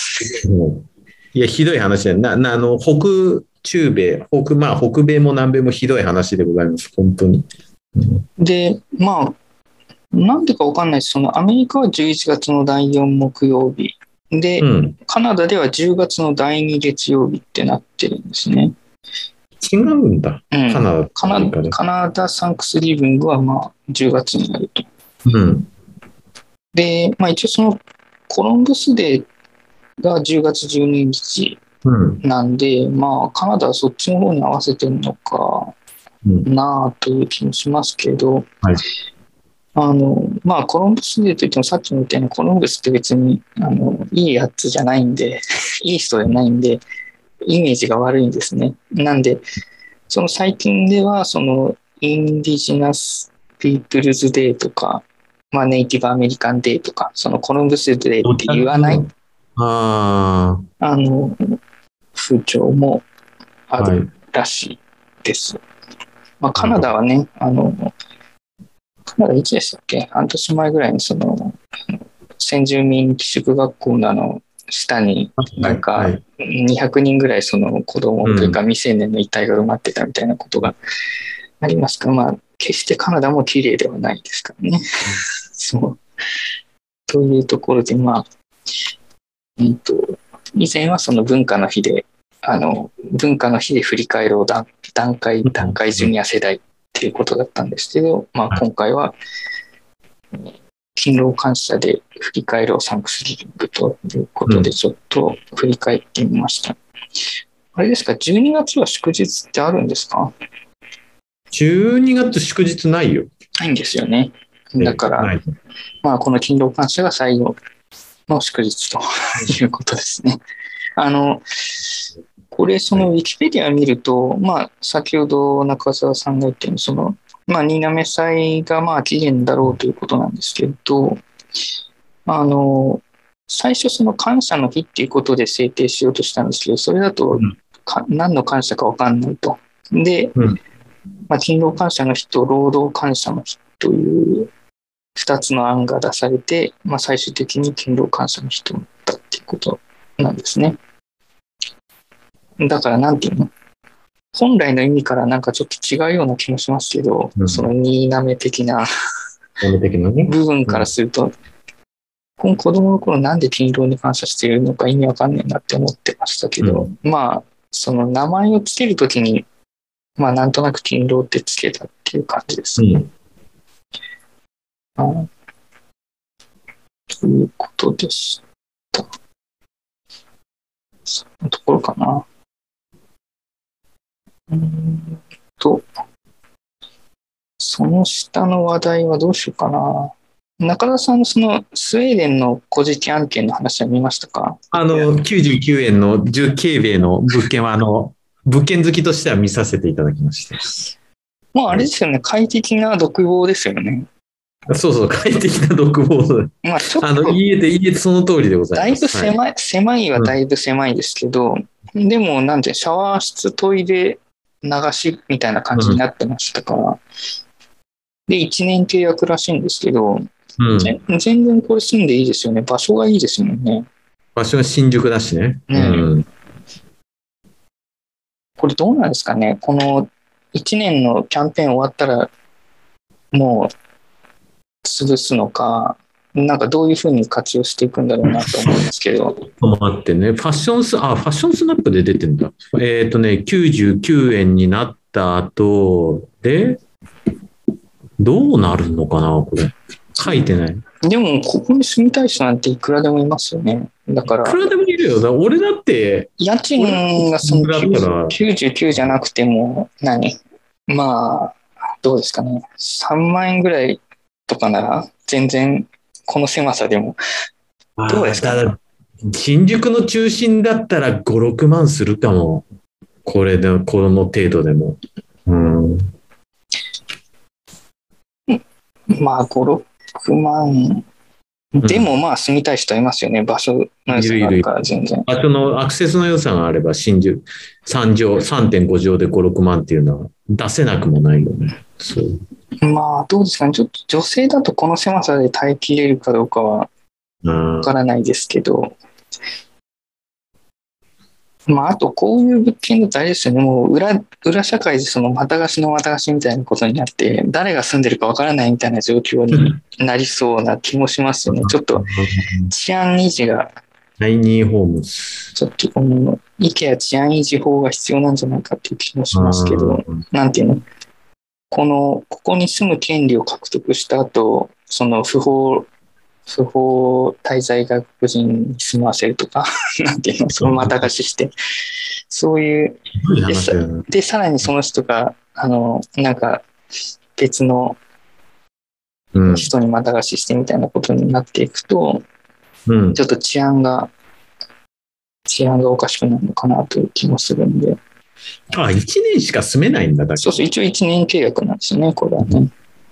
いや、ひどい話だよ。北中米、北米も南米もひどい話でございます、本当に。 で、なんでかわかんないです。そのアメリカは11月の第4木曜日で、カナダでは10月の第2月曜日ってなってるんですね。 違うんだ。 カナダサンクスギビングは10月になると。で、一応そのコロンブスデーが10月12日なんで、カナダはそっちの方に合わせてるのかなという気もしますけど、コロンブスデーといってもさっきみたいにコロンブスって別にいいやつじゃないんでいい人じゃないんでイメージが悪いんですね。なんでその最近ではそのインディジナスピープルズデーとか、ネイティブアメリカンデーとか、そのコロンブスデーって言わない風潮もあるらしいです。カナダはね、カナダいつでしたっけ？半年前ぐらいにその先住民寄宿学校の下になんか200人ぐらいその子供というか未成年の遺体が埋まってたみたいなことがありますから、決してカナダも綺麗ではないですからね。そうというところで以前はその文化の日で振り返ろう段階ジュニア世代っていうことだったんですけど、今回は勤労感謝で振り返ろうサンクスギビングということでちょっと振り返ってみました。あれですか、12月は祝日ってあるんですか ？12月祝日ないよ。 ないんですよね。だから、この勤労感謝が最後の祝日ということですね。これ、そのウィキペディアを見ると、先ほど中澤さんが言ったように、その、新滑祭が起源だろうということなんですけど、最初その感謝の日っていうことで制定しようとしたんですけど、それだと何の感謝か分かんないと。で、勤労感謝の日と労働感謝の日という2つの案が出されて、最終的に勤労感謝の日となったっていうことなんですね。だからなんていうの？本来の意味からなんかちょっと違うような気もしますけど、その新滑的な部分からすると、この子供の頃なんで勤労に感謝しているのか意味わかんないなって思ってましたけど、その名前をつけるときに、なんとなく勤労ってつけたっていう感じですね。ということでした。そのところかな。その下の話題はどうしようかな。中田さんのそのスウェーデンの古事記案件の話は見ましたか ？99円の10京米の物件は物件好きとしては見させていただきました。 あれですよね、快適な独房ですよね。 そうそう、快適な独房。ちょっと家でその通りでございます。 だいぶ狭いはだいぶ狭いですけど、でもなんてシャワー室、トイレ、流しみたいな感じになってましたから、で1年契約らしいんですけど、全然これ住んでいいですよね。場所がいいですもんね。 場所が新宿だしね。 これどうなんですかね。この1年のキャンペーン終わったらもう潰すのか、なんかどういうふうに活用していくんだろうなと思うんですけど。 待ってね、ファッションスナップで出てんだ。99円になった後で、どうなるのかな、これ。書いてない。 でも、ここに住みたい人なんていくらでもいますよね。 だから、 いくらでもいるよ。俺だって、 家賃がそのだったら 99じゃなくてもまあ、どうですかね。3万円ぐらいとかなら、全然この狭さでも、どうですかね。 ただ、新宿の中心だったら5、6万するかも。この程度でも。うん。 まあ、5、6万。でもまあ住みたい人いますよね。場所の良さがあるから全然。 場所のアクセスの良さがあれば、新宿3畳、3.5畳で5、6万っていうのは出せなくもないよね。そう。 まあ、どうですかね。ちょっと女性だとこの狭さで耐えきれるかどうかはわからないですけど、まあ、あとこういう物件だとあれですよね。もう裏社会でそのまた貸しのまた貸しみたいなことになって、誰が住んでるかわからないみたいな状況になりそうな気もしますよね。ちょっと治安維持が、 タイニーホームズ。 ちょっとこの、IKEA治安維持法が必要なんじゃないかっていう気もしますけど、なんていうの、ここに住む権利を獲得した後、その不法滞在外国人に住ませるとか、なんていうの、そのまた貸しして、そういう、で、さらにその人が、なんか、別の人にまた貸ししてみたいなことになっていくと、ちょっと治安がおかしくなるのかなという気もするんで。 1年しか住めないんだ、 そうそう、一応1年契約なんですよね、これはね。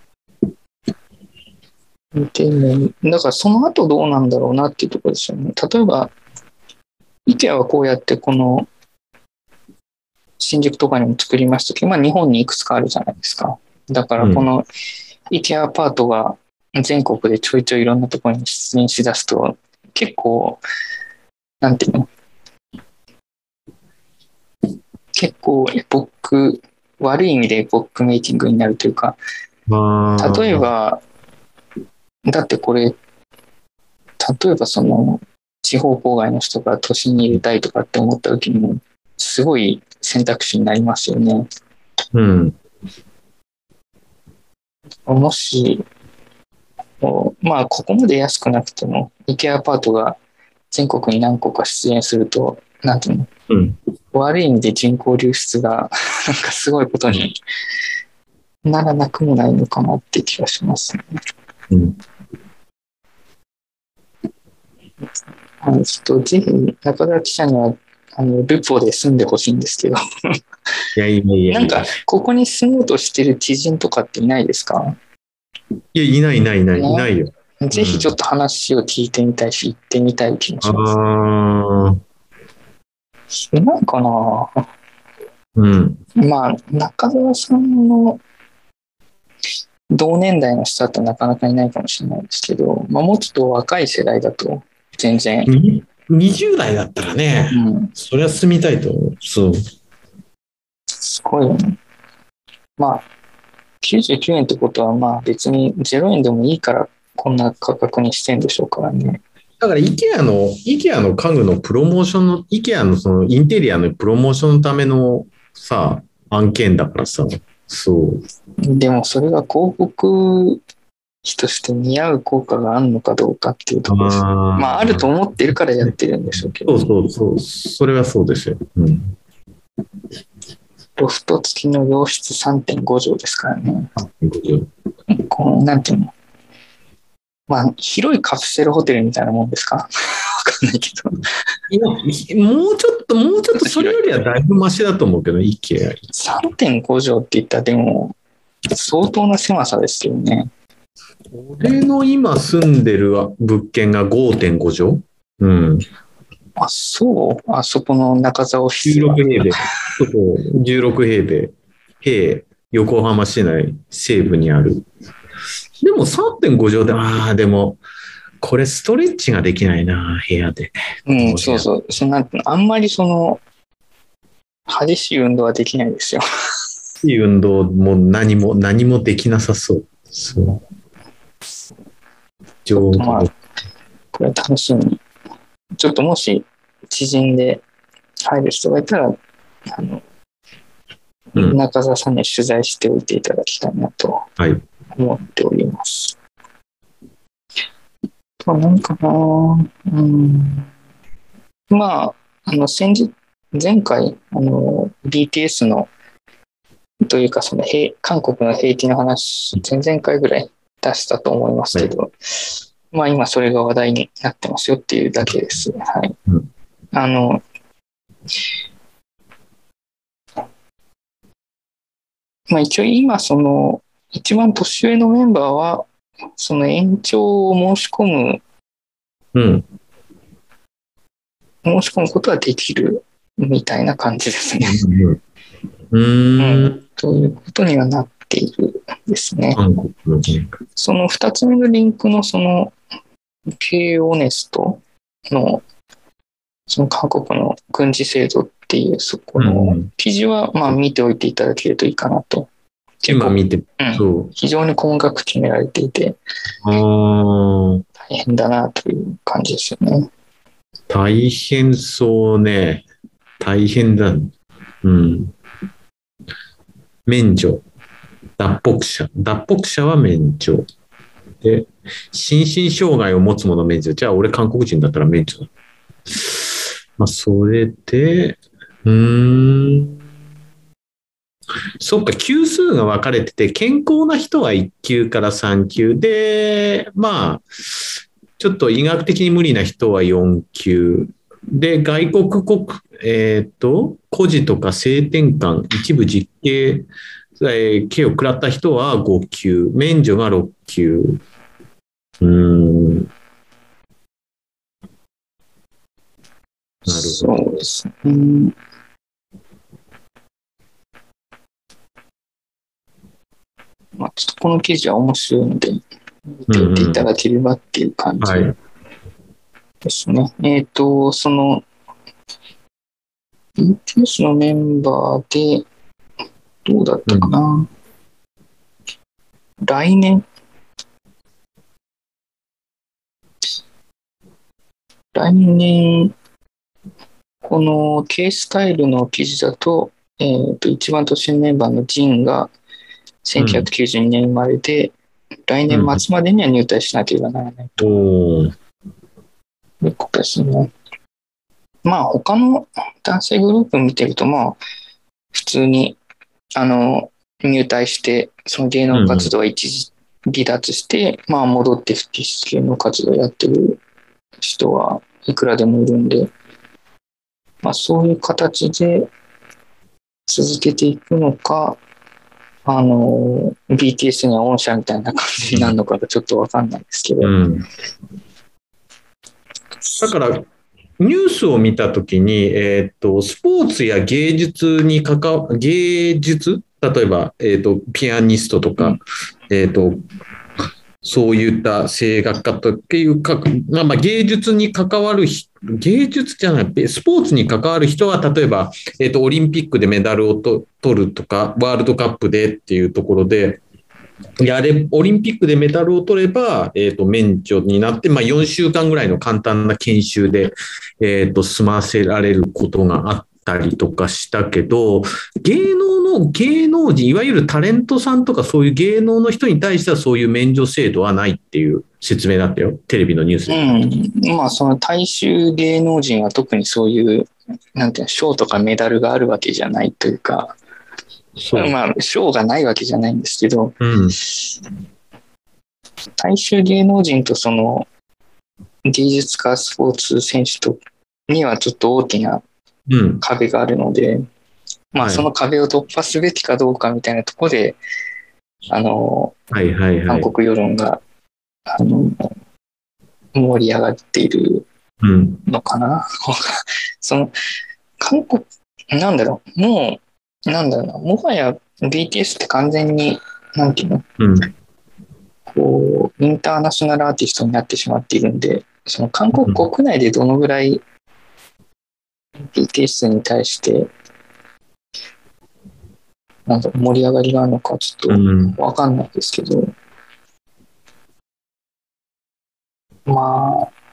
だからその後どうなんだろうなっていうところですよね。例えば、IKEA はこうやってこの新宿とかにも作りましたけど、日本にいくつかあるじゃないですか。だからこの IKEA アパートが全国でちょいちょいいろんなところに出現しだすと、結構、なんていうの、結構悪い意味でボックメイキングになるというか、例えば、だってこれ、例えばその地方郊外の人が都心に入れたいとかって思った時にも、すごい選択肢になりますよね。もし、ここまで安くなくても、IKEA アパートが全国に何個か出現すると、なんていうの、悪い意味で人口流出がなんかすごいことにならなくもないのかなって気がしますね。ちょっとぜひ中田記者にはルポで住んでほしいんですけどなんかここに住もうとしてる知人とかっていないですか？ いないよ。 ぜひちょっと話を聞いてみたいし、行ってみたい気もします。いないかな。中澤さんの同年代の人だとなかなかいないかもしれないですけど、もうちょっと若い世代だと全然。 20代だったらね、そりゃ住みたいと思う。そう。 すごいよね。99円ってことは別に0円でもいいからこんな価格にしてんでしょうからね。 だから IKEA の家具のプロモーションの、IKEA のそのインテリアのプロモーションのためのさ、案件だからさ、そう。 でもそれが広告費として似合う効果があるのかどうかっていうところです。あると思ってるからやってるんでしょうけど。 そう。それはそうですよ。 ロフト付きの洋室 3.5 畳ですからね。なんていうの、広いカプセルホテルみたいなもんですか？わかんないけど。 もうちょっとそれよりはだいぶマシだと思うけど、IKEA。 3.5 畳って言ったらでも相当な狭さですよね。 俺の今住んでる物件が 5.5 畳。 あそこの中澤オフィスは。 16平米、横浜市内西部にある。でも 3.5 畳で、でも、これストレッチができないな、部屋で。 そう。あんまり激しい運動はできないですよ。 いい運動も何もできなさそう。そう。 これ楽しみに。ちょっともし知人で入る人がいたら、中澤さんに取材しておいていただきたいなと思っております。なんかな、 まあ、前回、BTS の、というか、韓国の兵役の話、前々回ぐらい出したと思いますけど、まあ今それが話題になってますよっていうだけです。はい。まあ一応今一番年上のメンバーは、その延長を申し込むことはできるみたいな感じですね。ということにはなっているんですね。その2つ目のリンクのKオネストのその韓国の軍事制度っていうそこの記事はまあ見ておいていただけるといいかなと。 今見て、 非常に細かく決められていて大変だなという感じですよね。 大変そうね。大変だ。免除。脱北者は免除。で、心身障害を持つ者免除。じゃあ俺韓国人だったら免除だ。まあ、それで、そっか、級数が分かれてて、健康な人は1級から3級で、まあ、ちょっと医学的に無理な人は4級。で、外国孤児とか性転換、一部実刑、刑を食らった人は5級、免除が6級。なるほど。 そうですね。まあ、ちょっとこの記事は面白いので、見ておいていただければっていう感じですね。BTS のメンバーで、どうだったかな。来年、この K スタイルの記事だと、一番年上メンバーのジンが1992年生まれで、来年末までには入隊しなければならないということですね。まあ他の男性グループ見てると、まあ普通に入隊して、その芸能活動は一時離脱して、まあ戻って復帰して芸能活動やってる人はいくらでもいるんで、まあそういう形で続けていくのか、BTS には御社みたいな感じになるのかがちょっとわかんないですけど。 だから、ニュースを見たときに、スポーツや芸術に例えば、ピアニストとか、そういった声楽家とっていうか、まあ、芸術に関わる、芸術じゃない、スポーツに関わる人は、例えば、オリンピックでメダルを取るとか、ワールドカップでっていうところで、オリンピックでメダルを取れば、免除になって、まあ、4週間ぐらいの簡単な研修で、済ませられることがあったりとかしたけど、芸能人、いわゆるタレントさんとかそういう芸能の人に対してはそういう免除制度はないっていう説明だったよ、テレビのニュースで。まあ、その大衆芸能人は特にそういう、なんていうの、賞とかメダルがあるわけじゃないというか、まあ、賞がないわけじゃないんですけど、大衆芸能人とその芸術家、スポーツ選手とにはちょっと大きな壁があるので、まあ、その壁を突破すべきかどうかみたいなところで、韓国世論が盛り上がっているのかな。韓国、もはや BTS って完全に、なんていうの、こう、インターナショナルアーティストになってしまっているんで、その韓国国内でどのぐらい BTS に対して、盛り上がりがあるのかちょっとわかんないですけど、まあ、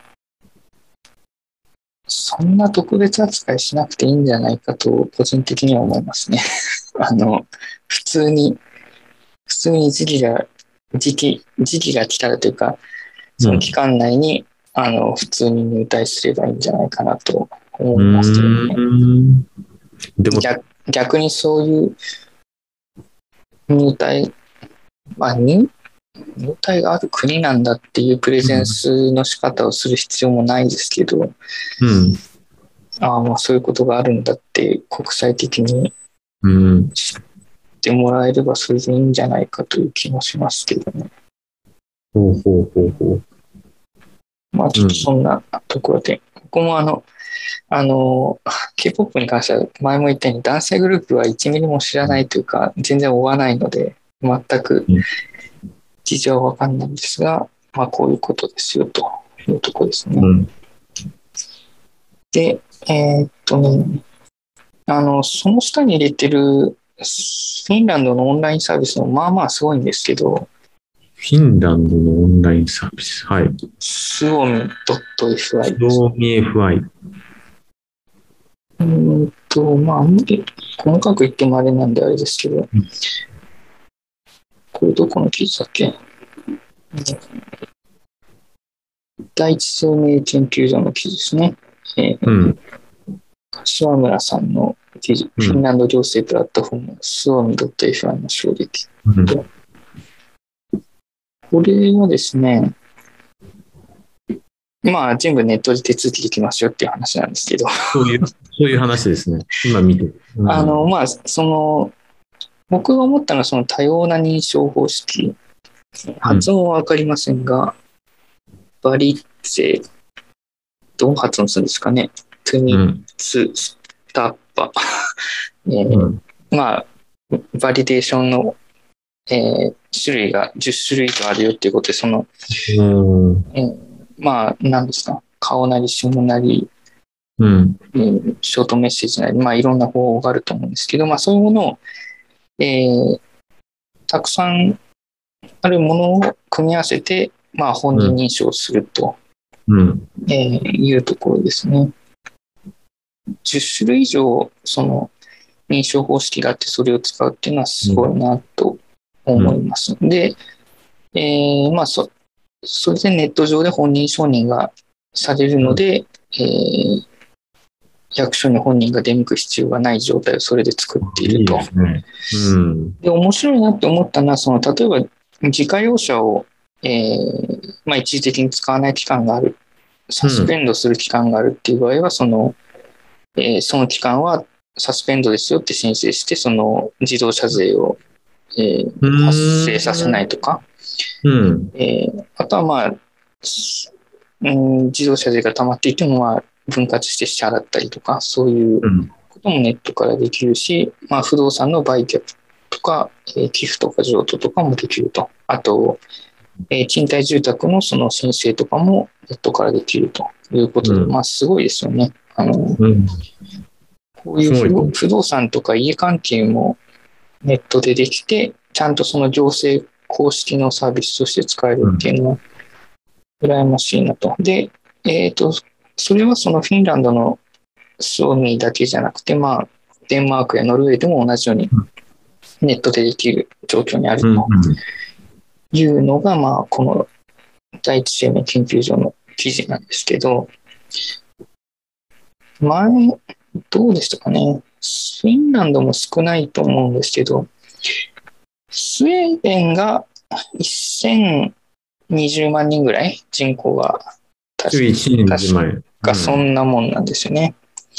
そんな特別扱いしなくていいんじゃないかと個人的には思いますね。普通に時期が来たらというか、その期間内に、普通に入隊すればいいんじゃないかなと思いますけどね。 でも逆にそういう入隊、入隊がある国なんだっていうプレゼンスの仕方をする必要もないですけど、そういうことがあるんだって国際的に知ってもらえればそれでいいんじゃないかという気もしますけどね。ちょっとそんなところで、ここもK-POP に関しては前も言ったように男性グループは1ミリも知らないというか全然追わないので全く事情は分かんないんですが、こういうことですよというところですね。で、その下に入れてるフィンランドのオンラインサービスもすごいんですけど、 フィンランドのオンラインサービス、はい。 スオミ .fi。 スオミ FI。 あんまり細かく言ってもあれなんであれですけど、これどこの記事だっけ？第一生命研究所の記事ですね。柏村さんの記事、フィンランド行政プラットフォーム、スオミ .fi の衝撃。これはですね、全部ネットで手続きできますよっていう話なんですけど。 そういう話ですね。今見て。 僕が思ったのはその多様な認証方式。発音はわかりませんが、バリッツェ、どう発音するんですかね。トゥミツスタッパ。バリデーションの、種類が10種類以上あるよっていうことで、何ですか、顔なり下なり、ショートメッセージなり、いろんな方法があると思うんですけど、そういうものを、たくさんあるものを組み合わせて、本人認証すると、いうところですね。10種類以上その認証方式があってそれを使うっていうのはすごいなと思います。で、それでネット上で本人承認がされるので、役所に本人が出向く必要がない状態をそれで作っていると。で、面白いなって思ったのは、例えば自家用車を、一時的に使わない期間がある、サスペンドする期間があるっていう場合は、その期間はサスペンドですよって申請して、その自動車税を、発生させないとか、あとは自動車税が溜まっていても分割して支払ったりとか、そういうこともネットからできるし、不動産の売却とか、寄付とか譲渡とかもできると。あと、賃貸住宅のその申請とかもネットからできるということで、すごいですよね。こういう不動産とか家関係もネットでできて、ちゃんとその行政公式のサービスとして使えるっていうのは羨ましいなと。で、それはそのフィンランドのスオミだけじゃなくて、デンマークやノルウェーでも同じようにネットでできる状況にあるというのが、この第一生命研究所の記事なんですけど、前、どうでしたかね。フィンランドも少ないと思うんですけど、スウェーデンが1020万人ぐらい人口が確かそんなもんなんですよね。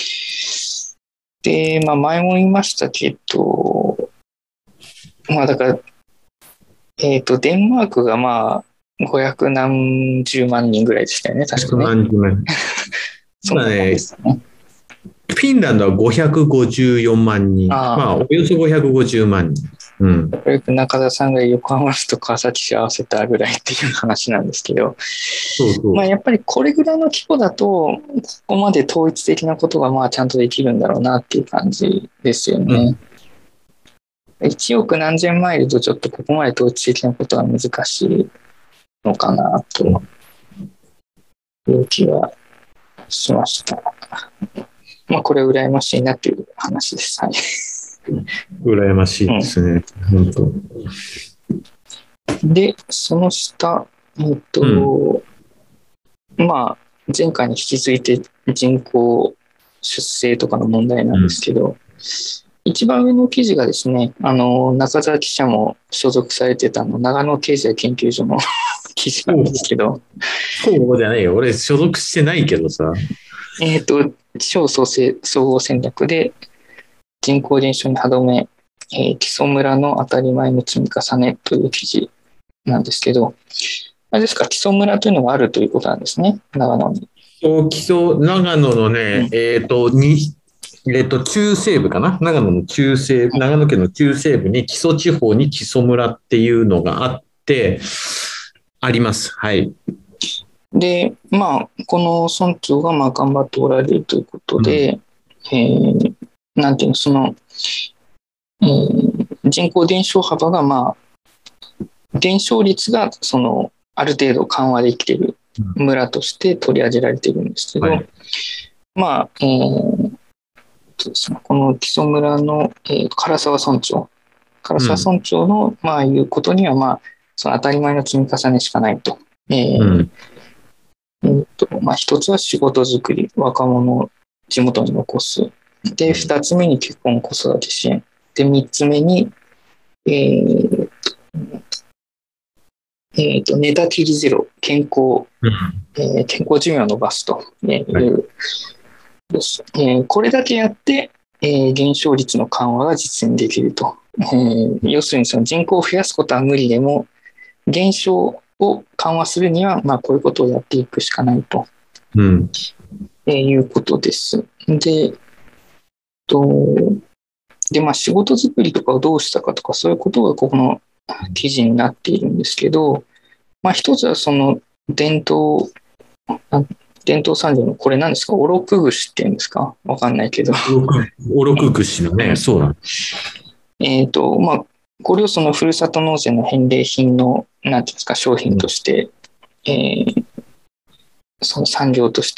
で、前も言いましたけど、だから、デンマークが500何十万人ぐらいでしたよね、確かね。 そうなんですね。フィンランドは554万人。およそ550万人。 中田さんが横浜市と川崎市合わせたぐらいっていう話なんですけど、やっぱりこれぐらいの規模だと、ここまで統一的なことがちゃんとできるんだろうなっていう感じですよね。1億何千マイルとちょっとここまで統一的なことは難しいのかなという気はしました。これ羨ましいなっていう話です。はい。 羨ましいですね。本当。で、その下、前回に引き続いて人口出生とかの問題なんですけど、一番上の記事がですね、中澤記者も所属されてた長野経済研究所の記事なんですけど、 そうじゃないよ。俺、所属してないけどさ。 地方創生総合戦略で人口減少に歯止め、木曽村の当たり前の積み重ねという記事なんですけど、あれですか、木曽村というのがあるということなんですね、長野に。 長野のね、中西部かな、長野県の中西部に木曽地方に木曽村っていうのがあって、あります。はい。 で、この村長が頑張っておられるということで、なんていうの、人口減少幅が、減少率がある程度緩和できている村として取り上げられているんですけど、はい、この木曽村の、唐沢村長の、言うことには、その当たり前の積み重ねしかないと。一つは仕事作り、若者を地元に残す。で、二つ目に結婚子育て支援。で、三つ目に、寝たきりゼロ、健康寿命を伸ばすというです。これだけやって、減少率の緩和が実現できると。要するにその人口を増やすことは無理でも、減少を緩和するには、こういうことをやっていくしかないと、いうことです。で、仕事作りとかをどうしたかとか、そういうことがここの記事になっているんですけど、一つはその伝統産業のこれ何ですか、おろく串っていうんですか、わかんないけど。 おろく串のね、そうだ。 これをそのふるさと納税の返礼品のなんていうんですか、商品として、その産業として、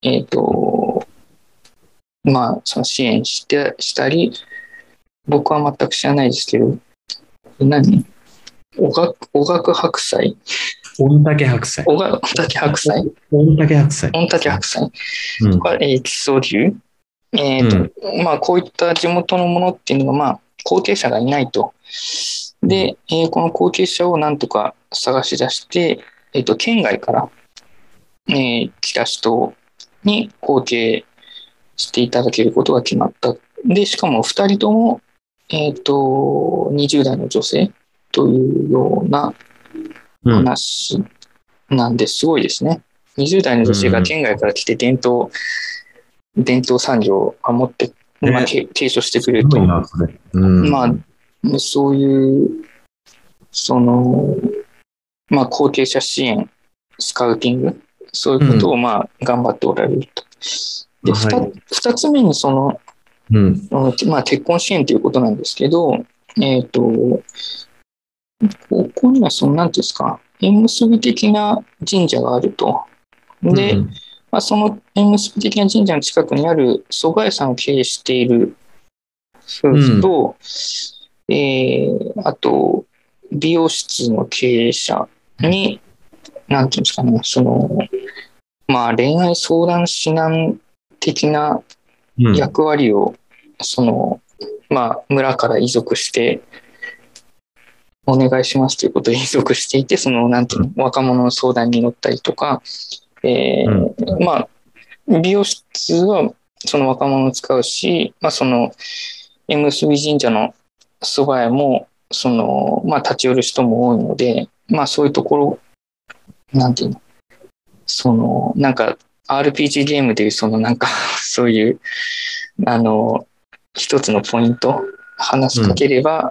その支援したり、僕は全く知らないですけど、おがく白菜、 御嶽白菜。 御嶽白菜。 御嶽白菜。 御嶽白菜。とか、木曽牛。こういった地元のものっていうのが、後継者がいないと。で、この後継者をなんとか探し出して、県外から、来た人に後継していただけることが決まった。で、しかも2人とも、20代の女性というような話なんで、すごいですね。20代の女性が県外から来て伝統産業を守って、提唱してくれると。そういう、後継者支援、スカウティング、そういうことを頑張っておられると。で、2つ目に結婚支援ということなんですけど、ここにはなんていうんですか、縁結び的な神社があると。で、その縁結び的な神社の近くにある蕎麦屋さんを経営している夫婦と、あと、美容室の経営者に、なんていうんですかね、恋愛相談指南的な役割を、村から委属して、お願いしますということで委属していて、なんていうの、若者の相談に乗ったりとか、美容室はその若者を使うし、縁結び神社の蕎麦屋も、立ち寄る人も多いので、そういうところ、なんていうの、RPG ゲームでいう、そういう、一つのポイント、話しかければ、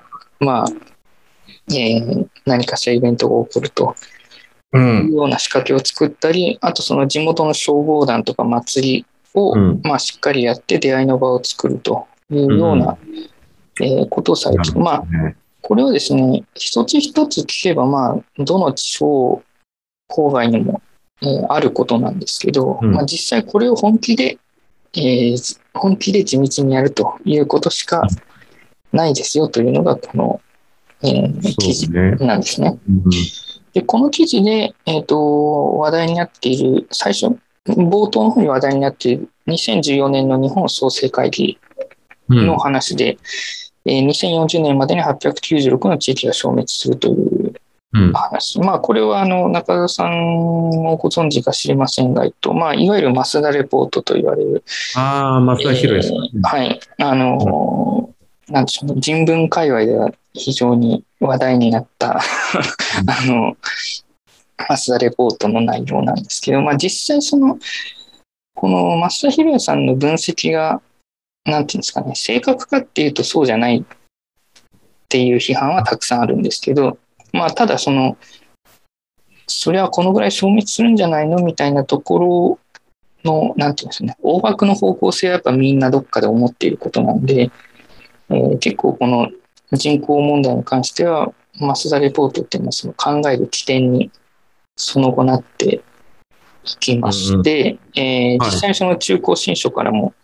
何かしらイベントが起こるというような仕掛けを作ったり、あとその地元の消防団とか祭りを、しっかりやって出会いの場を作るというような、ことをされている。これはですね、一つ一つ聞けば、どの地方郊外にも、あることなんですけど、実際これを本気で地道にやるということしかないですよというのがこの、記事なんですね。で、この記事で、話題になっている、最初、冒頭の方に話題になっている 2014年の日本創生会議の話で、2040年までに896の地域が消滅するという話。これは中田さんをご存知か知りませんが、いわゆる増田レポートと言われる。 増田博之さん。 はい。なんでしょうね。人文界隈では非常に話題になった増田レポートの内容なんですけど、実際この増田博之さんの分析が、なんていうんですかね、正確かっていうとそうじゃないっていう批判はたくさんあるんですけど、ただそれはこのぐらい消滅するんじゃないのみたいなところの、なんていうんですかね、大枠の方向性はやっぱみんなどっかで思っていることなんで、結構この人口問題に関しては、増田レポートっていうのはその考える起点にその後なっていきまして、実際にその中高新書からも、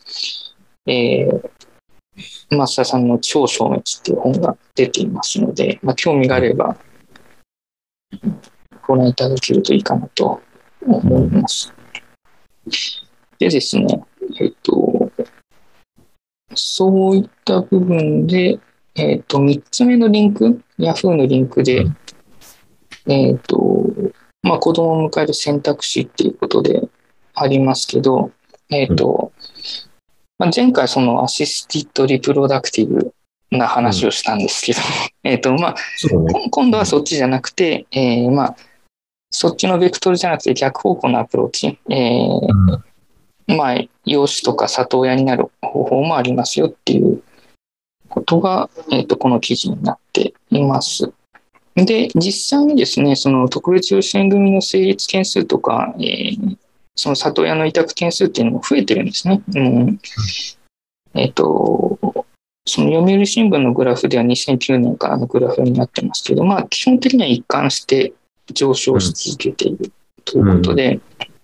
増田さんの超消滅っていう本が出ていますので、興味があればご覧いただけるといいかなと思います。でですね、そういった部分で、3つ目のリンク、Yahoo のリンクで、子供を迎える選択肢っていうことでありますけど、前回そのアシスティッドリプロダクティブな話をしたんですけど、今度はそっちじゃなくて、そっちのベクトルじゃなくて逆方向のアプローチ、養子とか里親になる方法もありますよっていうことが、この記事になっています。で、実際にですね、その特別養子縁組の成立件数とか、その里親の委託件数っていうのも増えてるんですね。その読売新聞のグラフでは2009年からのグラフになってますけど、基本的には一貫して上昇し続けているということで、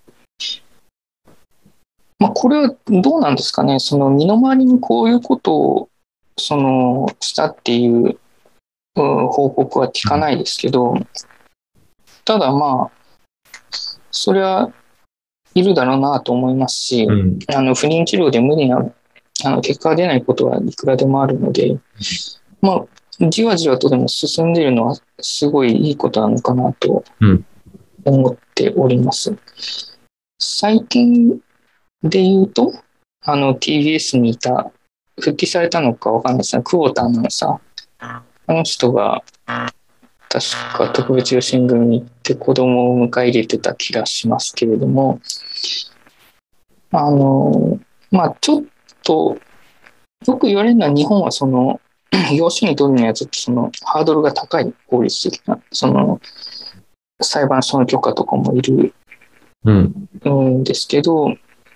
これはどうなんですかね。その身の回りにこういうことをしたっていう報告は聞かないですけど、ただそれはいるだろうなと思いますし、不妊治療で無理な結果が出ないことはいくらでもあるので、じわじわとでも進んでいるのはすごいいいことなのかなと思っております。最近で言うと、TBS にいた、復帰されたのかわかんないですが、久保田アナウンサー。あの人が、確か特別養子縁組に行って子供を迎え入れてた気がしますけれども、ちょっと、よく言われるのは日本は養子に取るにはちょっとハードルが高い法律的な、裁判所の許可とかもいるんですけど、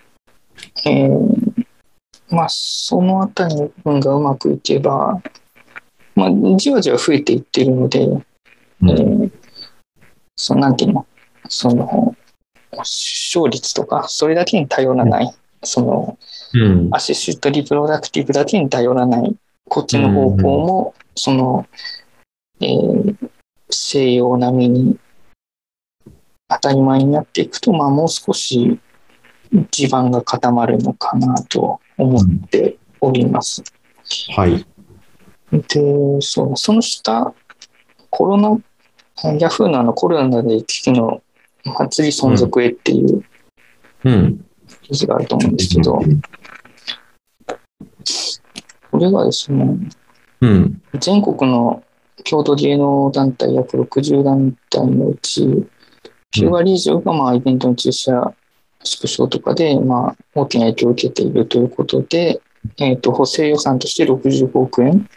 そのあたりの部分がうまくいけば、じわじわ増えていっているので、なんていうの、出生率とか、それだけに頼らない、アシストリプロダクティブだけに頼らない、こっちの方向も、西洋並みに当たり前になっていくと、もう少し地盤が固まるのかなと思っております。 はい。 で、その下、ヤフーのコロナで危機の祭り存続へっていう記事があると思うんですけど、これがですね、全国の郷土芸能団体約60団体のうち、9割以上がイベントの中止や縮小とかで大きな影響を受けているということで、補正予算として65億円、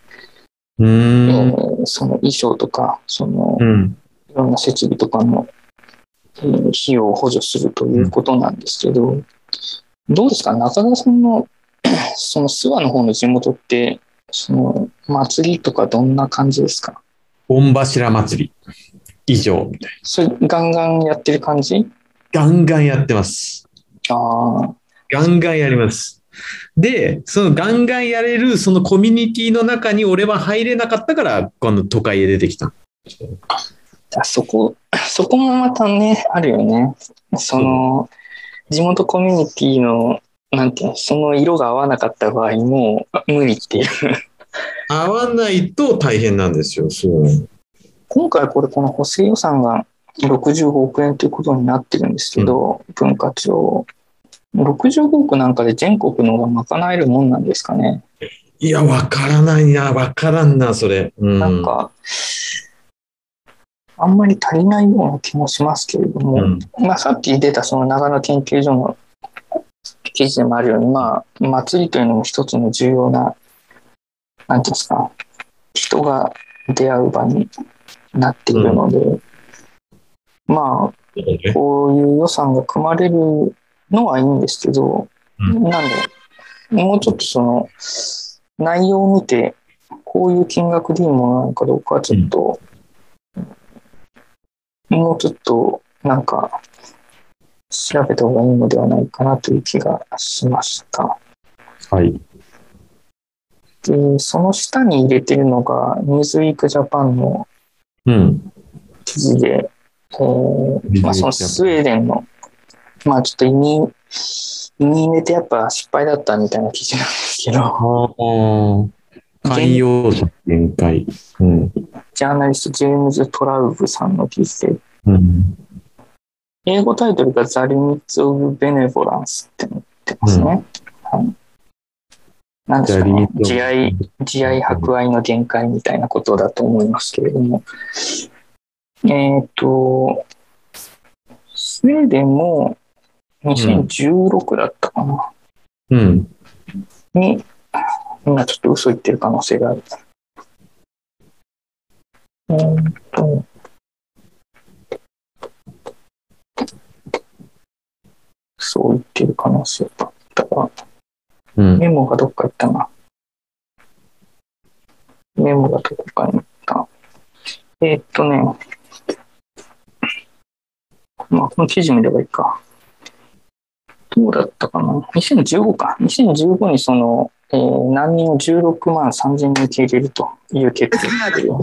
その衣装とかいろんな設備とかの、費用を補助するということなんですけど、どうですか、中田さんのその諏訪の方の地元って祭りとかどんな感じですか？ 御柱祭り以上みたいな。 それガンガンやってる感じ？ ガンガンやってます。ガンガンやります。で、そのガンガンやれるそのコミュニティの中に俺は入れなかったから、この都会へ出てきた。 そこもまたね、あるよね。地元コミュニティのなんていうの、その色が合わなかった場合も無理っていう。 合わないと大変なんですよ。そう。 今回この補正予算が65億円ということになってるんですけど、文化庁。65億なんかで全国のが賄えるもんなんですかね。 いや、わからないな、わからんな、それ。 なんか、あんまり足りないような気もしますけれども、まあさっき出たその長野研究所の記事でもあるように、まあ、祭りというのも一つの重要な、なんていうんですか、人が出会う場になっているので、まあ、こういう予算が組まれるのはいいんですけど、なんで、もうちょっとその、内容を見て、こういう金額でいいものなのかどうかはちょっと、もうちょっと、なんか、調べた方がいいのではないかなという気がしました。 はい。 で、その下に入れてるのが、ニューズウィークジャパンの記事で、まあそのスウェーデンの、まあちょっと移民入れてやっぱ失敗だったみたいな記事なんですけど、 寛容さ限界。 ジャーナリスト、ジェームズ・トラウブさんの記事で、英語タイトルが The Limits of Benevolence って言ってますね。なんですかね、慈愛博愛の限界みたいなことだと思いますけれども、スウェーデンも2016だったかな、に、今ちょっと嘘言ってる可能性がある。そう言ってる可能性があったが、メモがどっか行ったな。メモがどこかに行った。まあ、この記事見ればいいか。どうだったかな。2015か。2015にその、難民を16万3000人受け入れるという決定が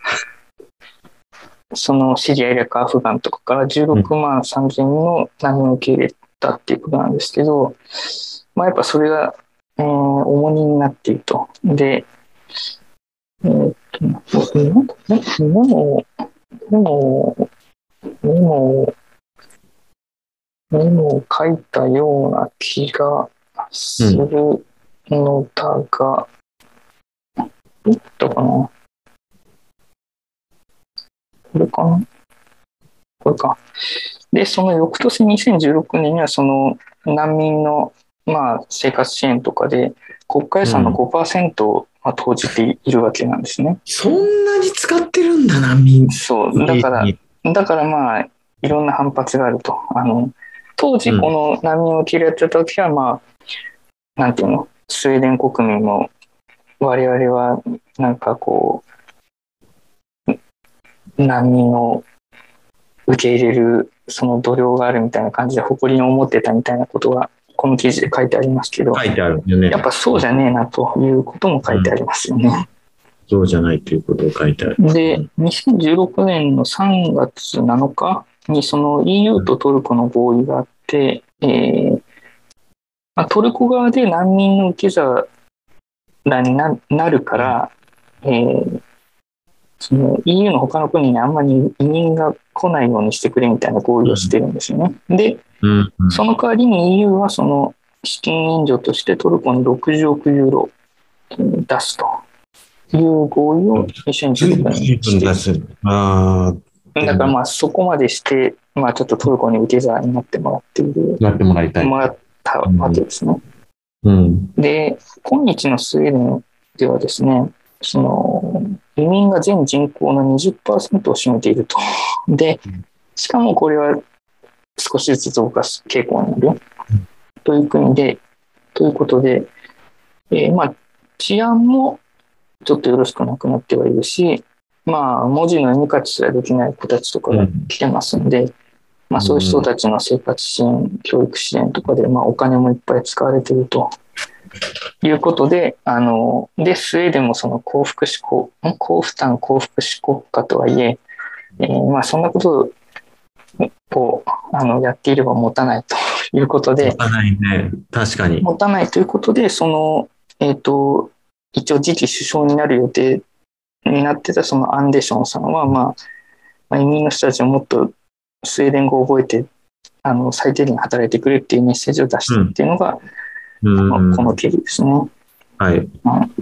そのシリア、イラク、アフガンとかから16万3000人の難民を受け入れたっていうことなんですけど、まあ、やっぱそれが、重荷になっていると。で、メモを書いたような気がするのだが、どうだったかな。これかな。これか。で、その翌年2016年にはその難民のまあ生活支援とかで国家予算の 5% を投じているわけなんですね。 そんなに使ってるんだ、難民。 そう、だからまあいろんな反発があると。当時この難民を受け入れた時はまあ、なんていうの、スウェーデン国民も我々はなんかこう難民を受け入れるその度量があるみたいな感じで誇りに思ってたみたいなことがこの記事で書いてありますけど、 書いてあるよね。 やっぱそうじゃねえなということも書いてありますよね。 そうじゃないということを書いてある。 で、2016年の3月7日にその EU とトルコの合意があって、トルコ側で難民の受け皿に なるから、その EU の他の国にあんまり移民が来ないようにしてくれみたいな合意をしてるんですよね。で、その代わりに EU はその資金援助としてトルコに60億ユーロ出すという合意を2016年にして、だからまあそこまでして、まあちょっとトルコに受け皿になってもらっている。もらったわけですね。で、今日のスウェーデンではですね、その移民が全人口の 20% を占めていると。で、しかもこれは少しずつ増加傾向にあるという国で、ということで、まあ治安もちょっとよろしくなくなってはいるし、まあ文字の読み書きすらできない子たちとかが来てますんで、まあそういう人たちの生活支援、教育支援とかで、まあお金もいっぱい使われていると。いうことで、で、スウェーデンもその高負担、高福祉国家とはいえ、まあそんなことをやっていれば持たないということで、 持たないね。確かに。 持たないということで、一応次期首相になる予定になってたそのアンデションさんは、移民の人たちをもっとスウェーデン語を覚えて、最低限働いてくれっていうメッセージを出したっていうのが、この経緯ですね。 はい。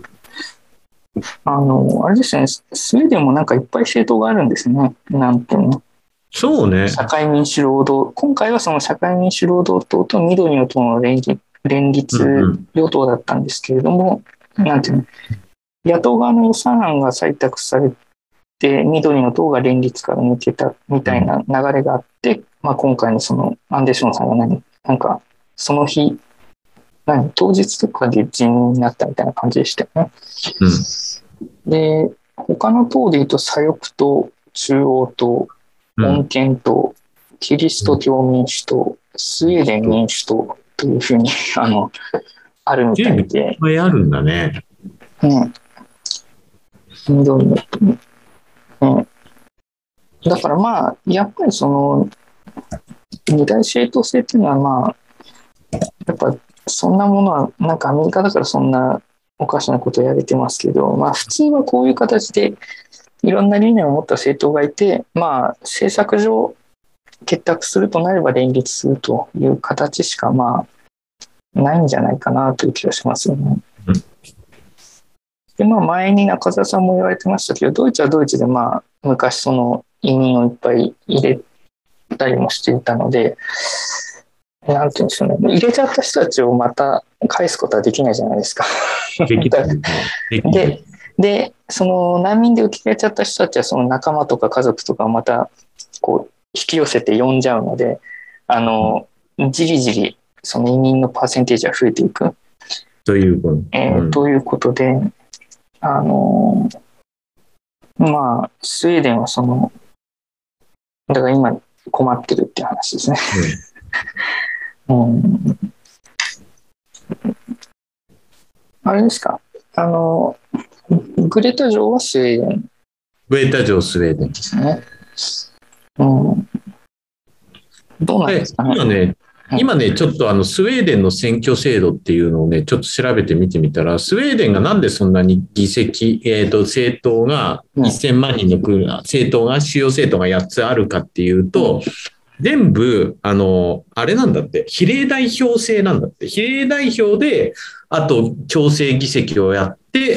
あれですね、スウェーデンもなんかいっぱい政党があるんですね。なんていうの。 そうね。 社会民主労働、今回はその社会民主労働党と緑の党の連立与党だったんですけれども、なんていうの、野党側の予算案が採択されて、緑の党が連立から抜けたみたいな流れがあって、今回のそのアンデションさんがなんかその日、当日とかで辞任になったみたいな感じでしたよね。で、他の党でいうと左翼党、中央党、穏健党、キリスト教民主党、スウェーデン民主党というふうにあるみたいで。 いっぱいあるんだね。 緑の党。だからやっぱりその二大政党制っていうのはやっぱそんなものはなんかアメリカだからそんなおかしなことをやれてますけど、普通はこういう形でいろんな理念を持った政党がいて、政策上結託するとなれば連立するという形しかないんじゃないかなという気がしますよね。で前に中澤さんも言われてましたけど、ドイツはドイツで昔その移民をいっぱい入れたりもしていたので、なんていうんでしょうね、入れちゃった人たちをまた返すことはできないじゃないですか。で、その難民で受け入れちゃった人たちはその仲間とか家族とかをまたこう引き寄せて呼んじゃうので、じりじりその移民のパーセンテージは増えていくということで、スウェーデンはだから今困ってるっていう話ですね。あれですか、グレタ城はスウェーデン。 グレタ城スウェーデンですね。どうなんですかね。 今ね、ちょっとスウェーデンの選挙制度っていうのをね、ちょっと調べてみてみたら、スウェーデンがなんでそんなに議席、政党が1000万人の政党が、主要政党が8つあるかっていうと、全部、あれなんだって、比例代表制なんだって。比例代表で、あと調整議席をやって、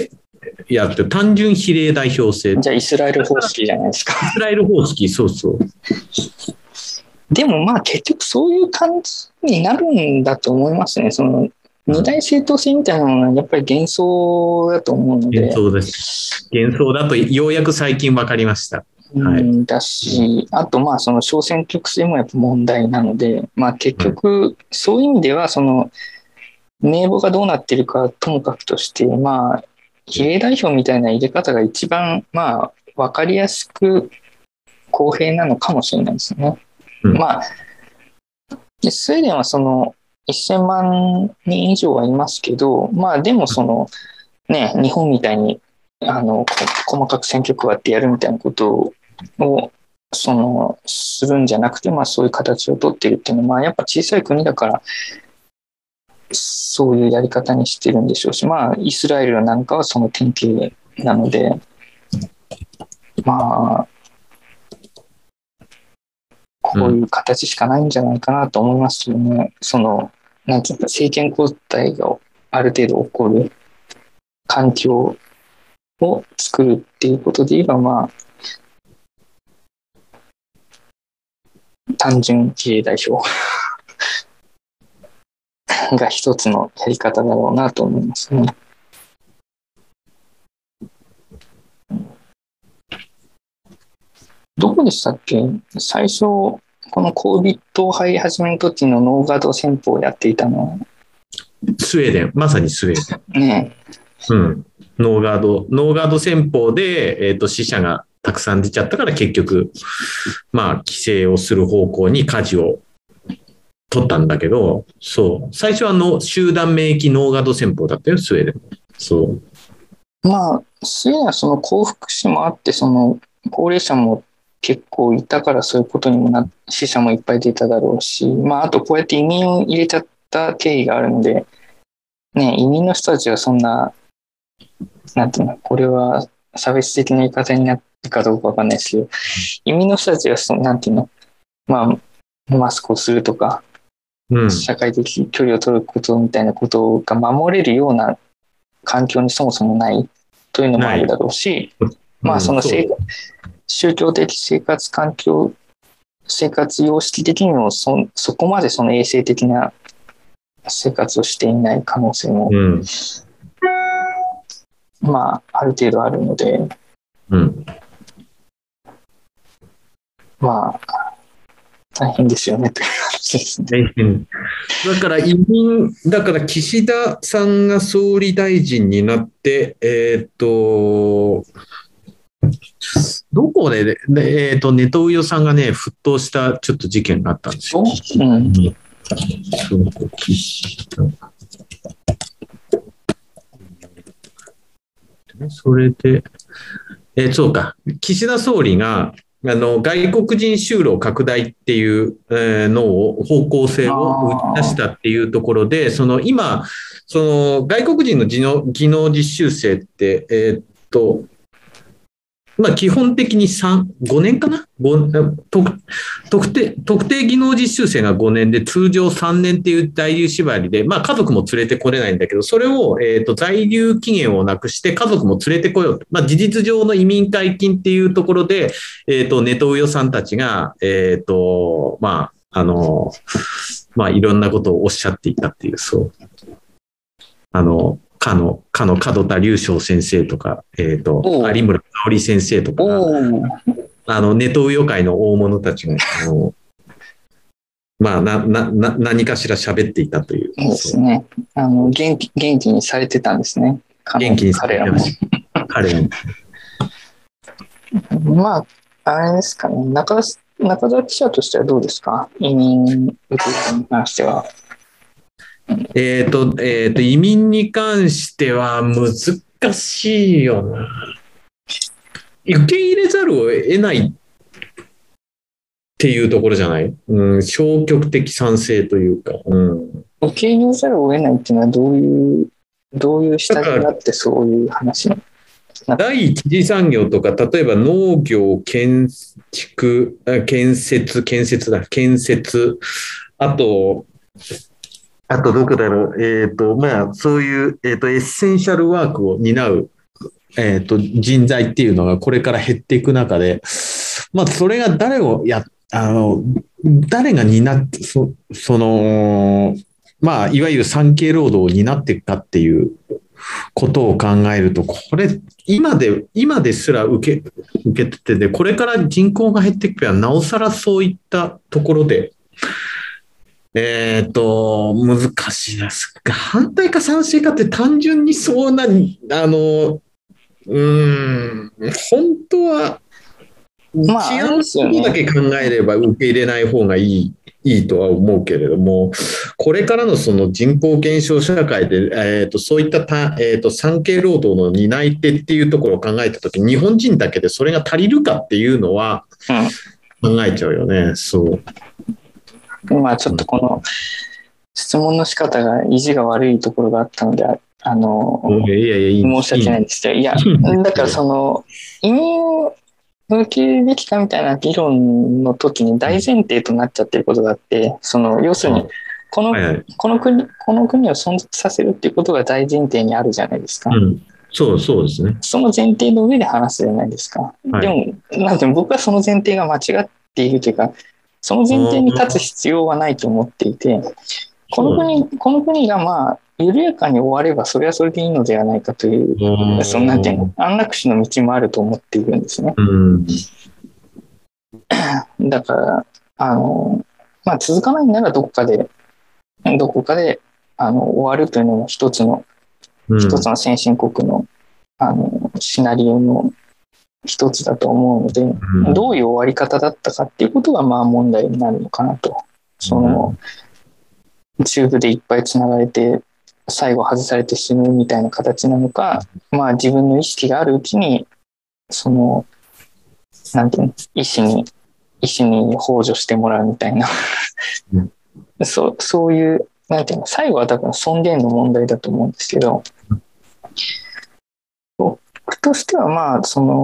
単純比例代表制。 じゃあイスラエル方式じゃないですか。 イスラエル方式、そうそう。 でも結局そういう感じになるんだと思いますね。その二大政党制みたいなのはやっぱり幻想だと思うので。 幻想です。幻想だとようやく最近分かりました。 だし、あとその小選挙区制もやっぱ問題なので、結局そういう意味ではその名簿がどうなっているかともかくとして、比例代表みたいな入れ方が一番分かりやすく公平なのかもしれないですね。スウェーデンはその1000万人以上はいますけど、でもそのね、日本みたいに細かく選挙区割ってやるみたいなことをするんじゃなくて、そういう形をとっているっていうのは、やっぱ小さい国だからそういうやり方にしてるんでしょうし、イスラエルなんかはその典型なので、こういう形しかないんじゃないかなと思いますよね。なんていうか、政権交代がある程度起こる環境を作るっていうことで言えば、単純比例代表が一つのやり方だろうなと思いますね。どこでしたっけ？最初、このCOVIDを入り始めの時のノーガード戦法をやっていたのはスウェーデン、まさにスウェーデン。 ね。 ノーガード戦法で、死者がたくさん出ちゃったから結局、規制をする方向に舵を取ったんだけど、そう。最初は集団免疫ノーガード戦法だったよ、スウェーデン。そう。 スウェーデンはその幸福史もあって、その高齢者も結構いたからそういうことにも死者もいっぱい出ただろうし、まああとこうやって移民を入れちゃった経緯があるので、ね、移民の人たちはそんな、なんていうの、これは差別的な言い方になるかどうかわかんないですけど、移民の人たちがなんていうの、まあマスクをするとか、社会的距離を取ることみたいなことが守れるような環境にそもそもないというのもあるだろうし、まあその宗教的生活環境、生活様式的にもそこまでその衛生的な生活をしていない可能性も、まあある程度あるので、まあ大変ですよねという話ですね。 だから岸田さんが総理大臣になって、どこで、ネトウヨさんがね、沸騰したちょっと事件があったんですよ。それで、そうか、岸田総理が外国人就労拡大っていうのを方向性を打ち出したっていうところで、今、外国人の技能実習生って、まあ、基本的に5年かな特定技能実習生が5年で、通常3年っていう在留縛りで、まあ、家族も連れてこれないんだけど、それを、在留期限をなくして家族も連れてこようと。まあ、事実上の移民解禁っていうところで、ネトウヨさんたちが、まあ、いろんなことをおっしゃっていたっていう、そう。かの門田隆翔先生とか、有村香織先生とか、ネトウヨ界の大物たちが、まあ、何かしら喋っていたという。 そうですね。元気にされてたんですね。 元気にされてました。彼らも。 まあ、あれですかね。中田記者としてはどうですか？移民受けに関しては。 移民に関しては難しいよな。受け入れざるを得ないっていうところじゃない？消極的賛成というか。 受け入れざるを得ないっていうのはどういう下地があってそういう話なの？ 第一次産業とか、例えば農業、建設、あとどこだろう、まあ、そういう、エッセンシャルワークを担う、人材っていうのがこれから減っていく中で、まあ、それが誰が担って、まあ、いわゆる産経労働を担っていくかっていうことを考えると、これ、今ですら受けてて、これから人口が減っていくから、なおさらそういったところで、難しいです。反対か賛成かって単純にそうな、本当は、治安のことだけ考えれば受け入れない方がいいとは思うけれども、これからのその人口減少社会で、そういった産経労働の担い手っていうところを考えたとき、日本人だけでそれが足りるかっていうのは考えちゃうよね。そう。 まあちょっとこの質問の仕方が意地が悪いところがあったので、申し訳ないんですけど、いや、だから移民を受け入れるべきかみたいな議論の時に大前提となっちゃってることがあって、要するにこの国を存続させるっていうことが大前提にあるじゃないですか。 そうですね。 その前提の上で話すじゃないですか。でも、なんて僕はその前提が間違っているというか、その前提に立つ必要はないと思っていて、この国がまあ緩やかに終わればそれはそれでいいのではないかという、なんていうの、安楽死の道もあると思っているんですね。だからまあ続かないならどこかで終わるというのも一つの先進国のシナリオの一つだと思うので、どういう終わり方だったかっていうことがまあ問題になるのかなと。チューブでいっぱいつながれて最後外されて死ぬみたいな形なのか、まあ自分の意識があるうちになんていうの、医師に幇助してもらうみたいなそういう、なんていうの、最後は多分尊厳の問題だと思うんですけど、僕としてはまあ、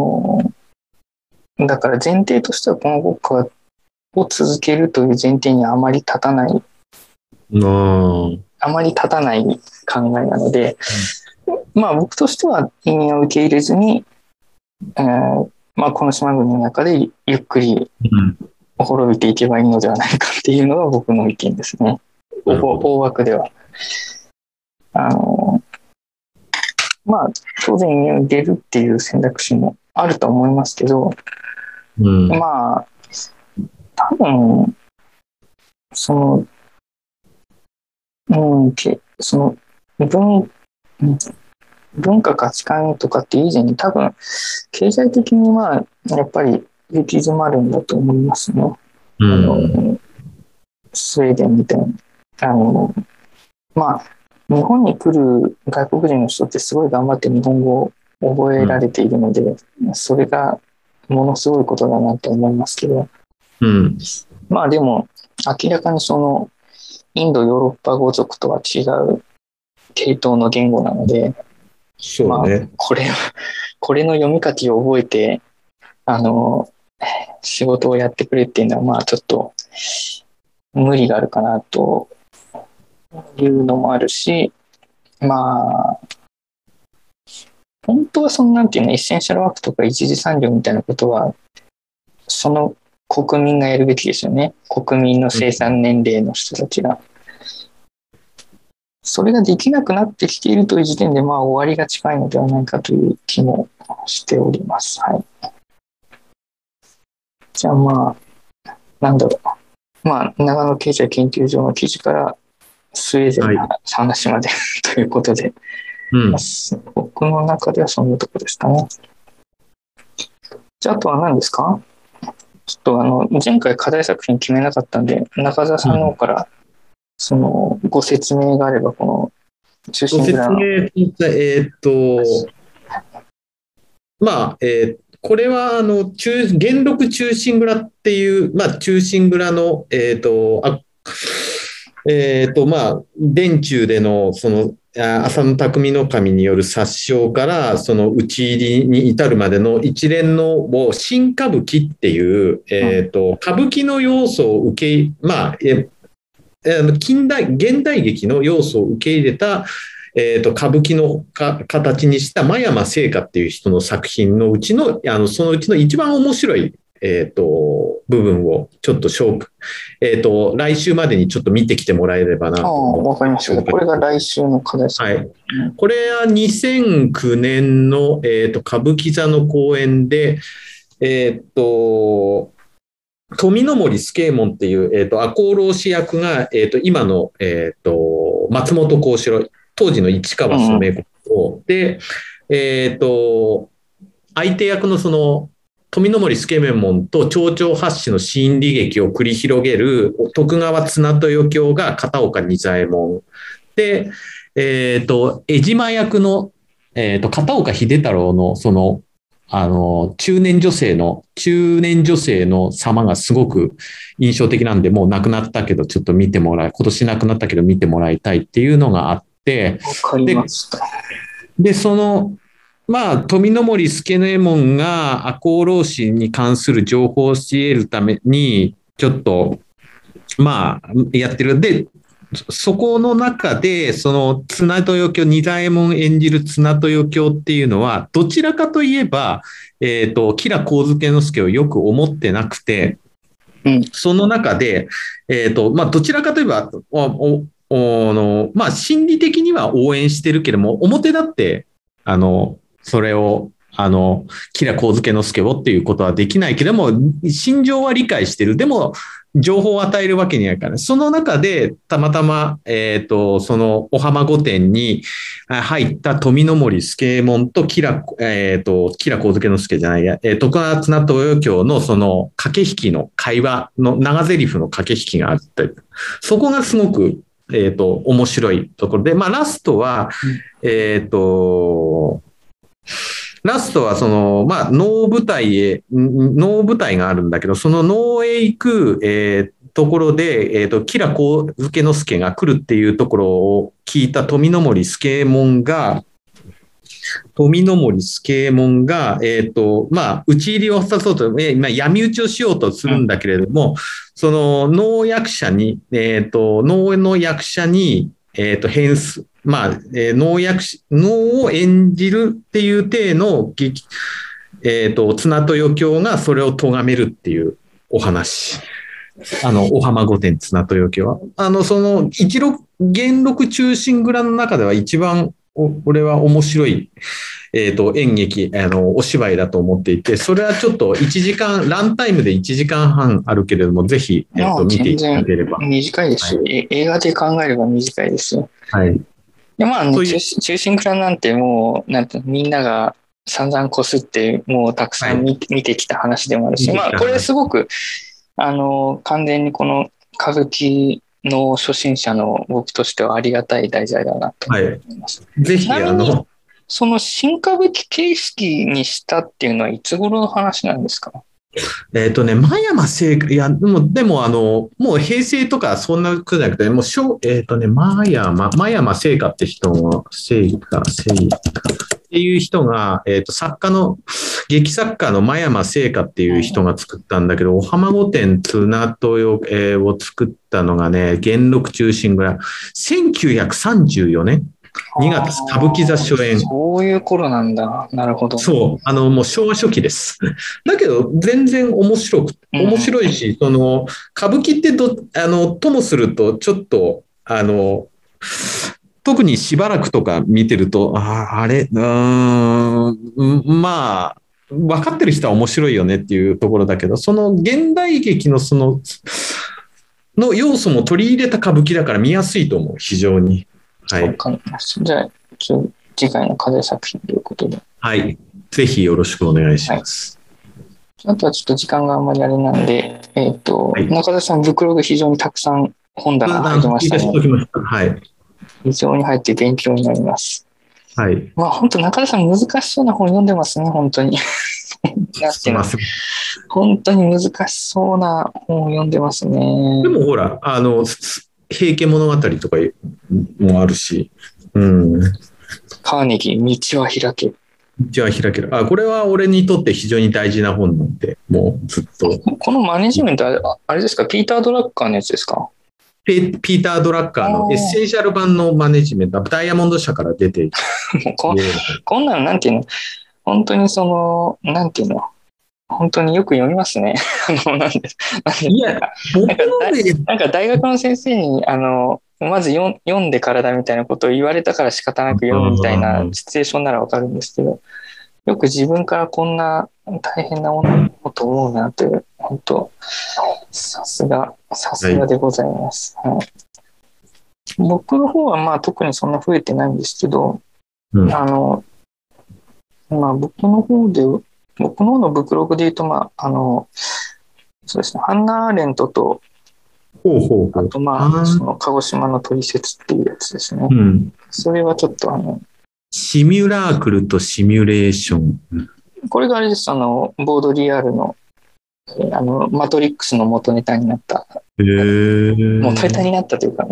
だから前提としてはこの国家を続けるという前提にあまり立たない、考えなので、まあ僕としては移民を受け入れずに、まあこの島国の中でゆっくり滅びていけばいいのではないかっていうのが僕の意見ですね。大枠では。まあ当然移民を入れるっていう選択肢もあると思いますけど、まあ多分その文化価値観とかっていう以前に多分経済的にはやっぱり行き詰まるんだと思いますね。スウェーデンみたいに。まあ日本に来る外国人の人ってすごい頑張って日本語を覚えられているので、それがものすごいことだなと思いますけど、まあでも明らかにインドヨーロッパ語族とは違う系統の言語なので、 そうね。 まあ、これの読み書きを覚えて仕事をやってくれっていうのはまあちょっと無理があるかなというのもあるし、まあ本当はなんていうの、エッセンシャルワークとか一次産業みたいなことはその国民がやるべきですよね。国民の生産年齢の人たちが。それができなくなってきているという時点で、まあ終わりが近いのではないかという気もしております。はい。じゃあまあ、なんだろう。まあ、長野経済研究所の記事からスウェーデンの話まで、ということで、僕の中ではそんなところですかね。じゃあ、あとは何ですか？ちょっと前回課題作品決めなかったんで、中澤さんの方から、ご説明があれば、この中心蔵の。 まあ、これは元禄忠臣蔵っていう、まあ、忠臣蔵の、まあ、殿中での浅野匠の神による殺傷からその討ち入りに至るまでの一連の新歌舞伎っていう、歌舞伎の要素を受け、まあ、現代劇の要素を受け入れた、歌舞伎の形にした真山聖華っていう人の作品のうちの、そのうちの一番面白い、部分をちょっと来週までにちょっと見てきてもらえればなと思う。 わかりました。これが来週の課題です。 はい。これは2009年の、歌舞伎座の公演で、富の森助右衛門っていう、赤穂浪士役が、今の、松本幸四郎、当時の市川染五で、相手役の富の森助右衛門と町長八子の心理劇を繰り広げる徳川綱豊京が片岡仁左衛門で、江島役の、片岡秀太郎の中年女性の様がすごく印象的なんで、もう亡くなったけどちょっと見てもらい、今年亡くなったけど見てもらいたいっていうのがあって、 わかりました。 で、まあ、富の森助右衛門が赤穂浪士に関する情報を仕得るために、ちょっと、まあ、やってる。で、そこの中で、綱豊京、仁左衛門演じる綱豊京っていうのは、どちらかといえば、吉良上野介をよく思ってなくて、その中で、まあ、どちらかといえば、まあ、心理的には応援してるけども、表だって、それを、吉良上野介をっていうことはできないけれども、心情は理解してる。でも、情報を与えるわけにはいかない。その中で、たまたま、お浜御殿に入った富の森助右衛門と吉良上野介じゃないや、徳川綱豊京の駆け引きの会話の長台詞の駆け引きがあって、そこがすごく、面白いところで、まあ、ラストは、 ラストは能舞台があるんだけど、その能へ行く、ところで、吉良上野介が来るっていうところを聞いた富森助右衛門が、討ち入りをさそうと、闇討ちをしようとするんだけれども、その能役者に、能の役者に、変す、能を演じるっていう体の綱豊京がそれを咎めるっていうお話。お浜御殿綱豊京は。元禄忠臣蔵の中では一番、俺は面白い、演劇、お芝居だと思っていて、それはちょっとランタイムで1時間半あるけれども、ぜひ、見ていただければ。 短いですよ、はい。映画で考えれば短いですよ。 はい。 で忠臣蔵なんてもう、みんなが散々こすって、もうたくさん見てきた話でもあるし、これすごく、完全にこの歌舞伎の初心者の僕としてはありがたい題材だなと思います。 はい、ぜひその新歌舞伎形式にしたっていうのはいつ頃の話なんですか？ 真山聖華、いや、でももう平成とかそんなことじゃなくて、もう真山聖華って人の、聖華っていう人が、劇作家の真山聖華っていう人が作ったんだけど、お浜御殿綱豊を作ったのがね、元禄忠臣蔵、1934年。2月歌舞伎座初演。 そういう頃なんだ。なるほど。 そう。もう昭和初期です。だけど、全然面白いし、歌舞伎ってともすると、ちょっと、特にしばらくとか見てると、分かってる人は面白いよねっていうところだけど、その現代劇のの要素も取り入れた歌舞伎だから見やすいと思う、非常に。はい。 じゃあ、次回の課題作品ということで。 はい。ぜひよろしくお願いします。 はい、あとはちょっと時間があんまりあれなんで、中田さん、ブクログ非常にたくさん本棚入りましたね。 はい。 非常に入って勉強になります。 はい。 本当中田さん難しそうな本読んでますね、本当に。本当に難しそうな本を読んでますね。 でもほら、平家物語とかもあるし、 カーネギー、道は開け。 道は開ける。これは俺にとって非常に大事な本なんで、もうずっと。 このマネジメントは、あれですか、ピーター・ドラッカーのやつですか？ ピーター・ドラッカーのエッセンシャル版のマネジメント、ダイヤモンド社から出ている。 こんなの、なんていうの、本当になんていうの、本当によく読みますね。なんか大学の先生に、まず読んでからだみたいなことを言われたから仕方なく読むみたいなシチュエーションならわかるんですけど、よく自分からこんな大変なものと思うなという、本当、さすがでございます。はい、僕の方は特にそんな増えてないんですけど、僕の方のブクログで言うと、そうですね、ハンナ・アーレントと、あとその鹿児島のトリセツっていうやつですね。それはちょっとシミュラークルとシミュレーション。 これがあれです、ボードリアルの、マトリックスの元ネタになった。元ネタになったというか、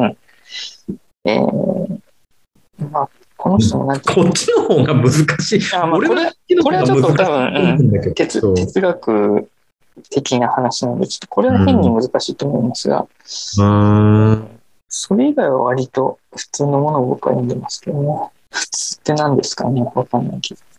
この人もなんてこっちの方が難しい。 これはちょっと多分、哲学的な話なので、ちょっとこれは変に難しいと思いますが、それ以外は割と普通のものを僕は読んでますけどね。普通って何ですかね、わかんないけど。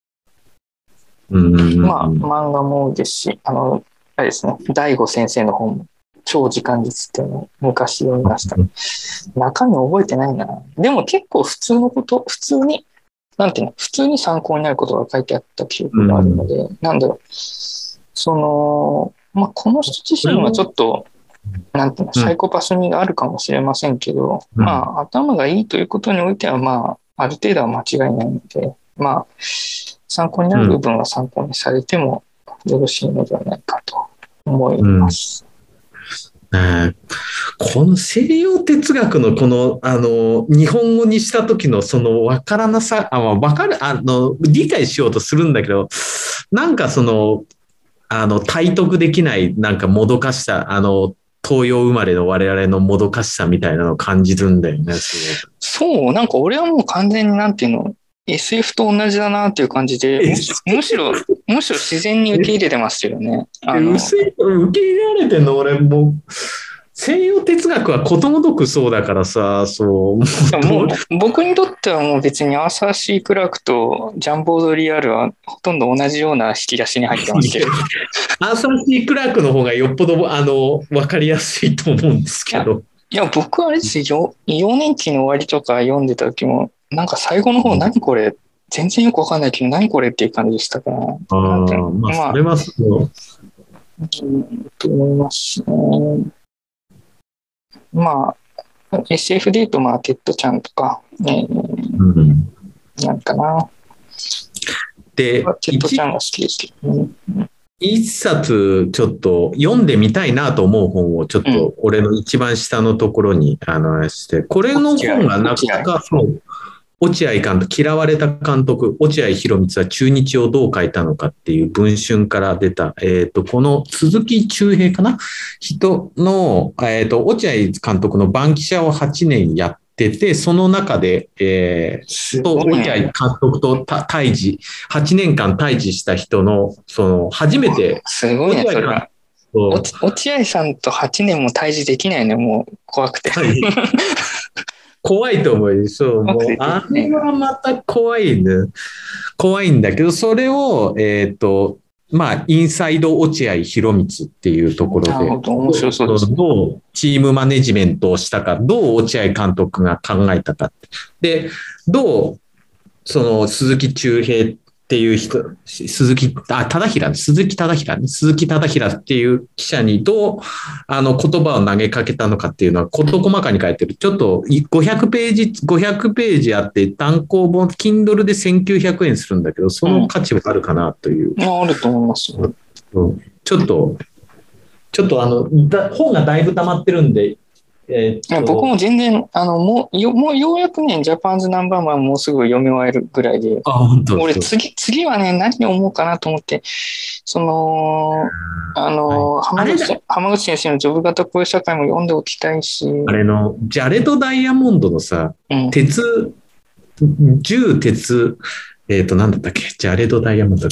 漫画も多いですし、あれですね、大悟先生の本も、超時間術っていうのを昔読みました。中身覚えてないな。でも結構普通に参考になることが書いてあった記憶があるので、なんだろう、この人自身はちょっと、サイコパス味があるかもしれませんけど、頭がいいということにおいては、ある程度は間違いないので、参考になる部分は参考にされてもよろしいのではないかと思います。 ここの西洋哲学のこの、日本語にした時のその分からなさ、理解しようとするんだけど、なんか体得できない、なんかもどかしさ、東洋生まれの我々のもどかしさみたいなのを感じるんだよね、すそう、なんか俺はもう完全になんていうの、SF と同じだなっていう感じで、むしろ自然に受け入れてますよね。 受け入れられてんの俺もう、西洋哲学はことごとくそうだからさ、 もう僕にとってはもう別にアーサー・シー・クラークとジャンボード・リアルはほとんど同じような引き出しに入ってますけど。 アーサー・シー・クラークの方がよっぽど分かりやすいと思うんですけど。 いや僕はあれですよ、幼年期の終わりとか読んでた時も、なんか最後の方何これ、全然よくわかんないけど何これっていう感じでしたから。 それはそう。 と思いますね。SF で言うと、テッドちゃんとか、なんかな。 で、 テッドちゃんが好きですけどね。 一冊ちょっと読んでみたいなと思う本をちょっと俺の一番下のところにして、これの本がなかなか落合監督、嫌われた監督、落合博満は中日をどう書いたのかっていう文春から出た、この鈴木忠平かな人の、落合監督の番記者を8年やってて、その中で、落合監督と対峙、8年間対峙した人の、初めて、 すごいね、それは。落合さんと8年も対峙できないね、もう怖くて。 怖いと思う。そう、もう、あれはまた怖いね。怖いんだけど、それを、インサイド落合博満っていうところで、 面白そうです。 どうチームマネジメントをしたか、どう落合監督が考えたか。で、どう、鈴木忠平っていう人、鈴木忠平っていう記者にどう言葉を投げかけたのかっていうのは事細かに書いてる。ちょっと500ページあって単行本、Kindle で1900円するんだけど、その価値はあるかなという。 あると思います。 ちょっと本がだいぶ溜まってるんで、 僕も全然もうようやくねジャパンズナンバーワンもうすぐ読み終えるぐらいで、俺次はね何を思うかなと思って、浜口先生のジョブ型雇用社会も読んでおきたいし、 あれのジャレド・ダイヤモンドのさ、なんだったっけ、ジャレド・ダイヤモンド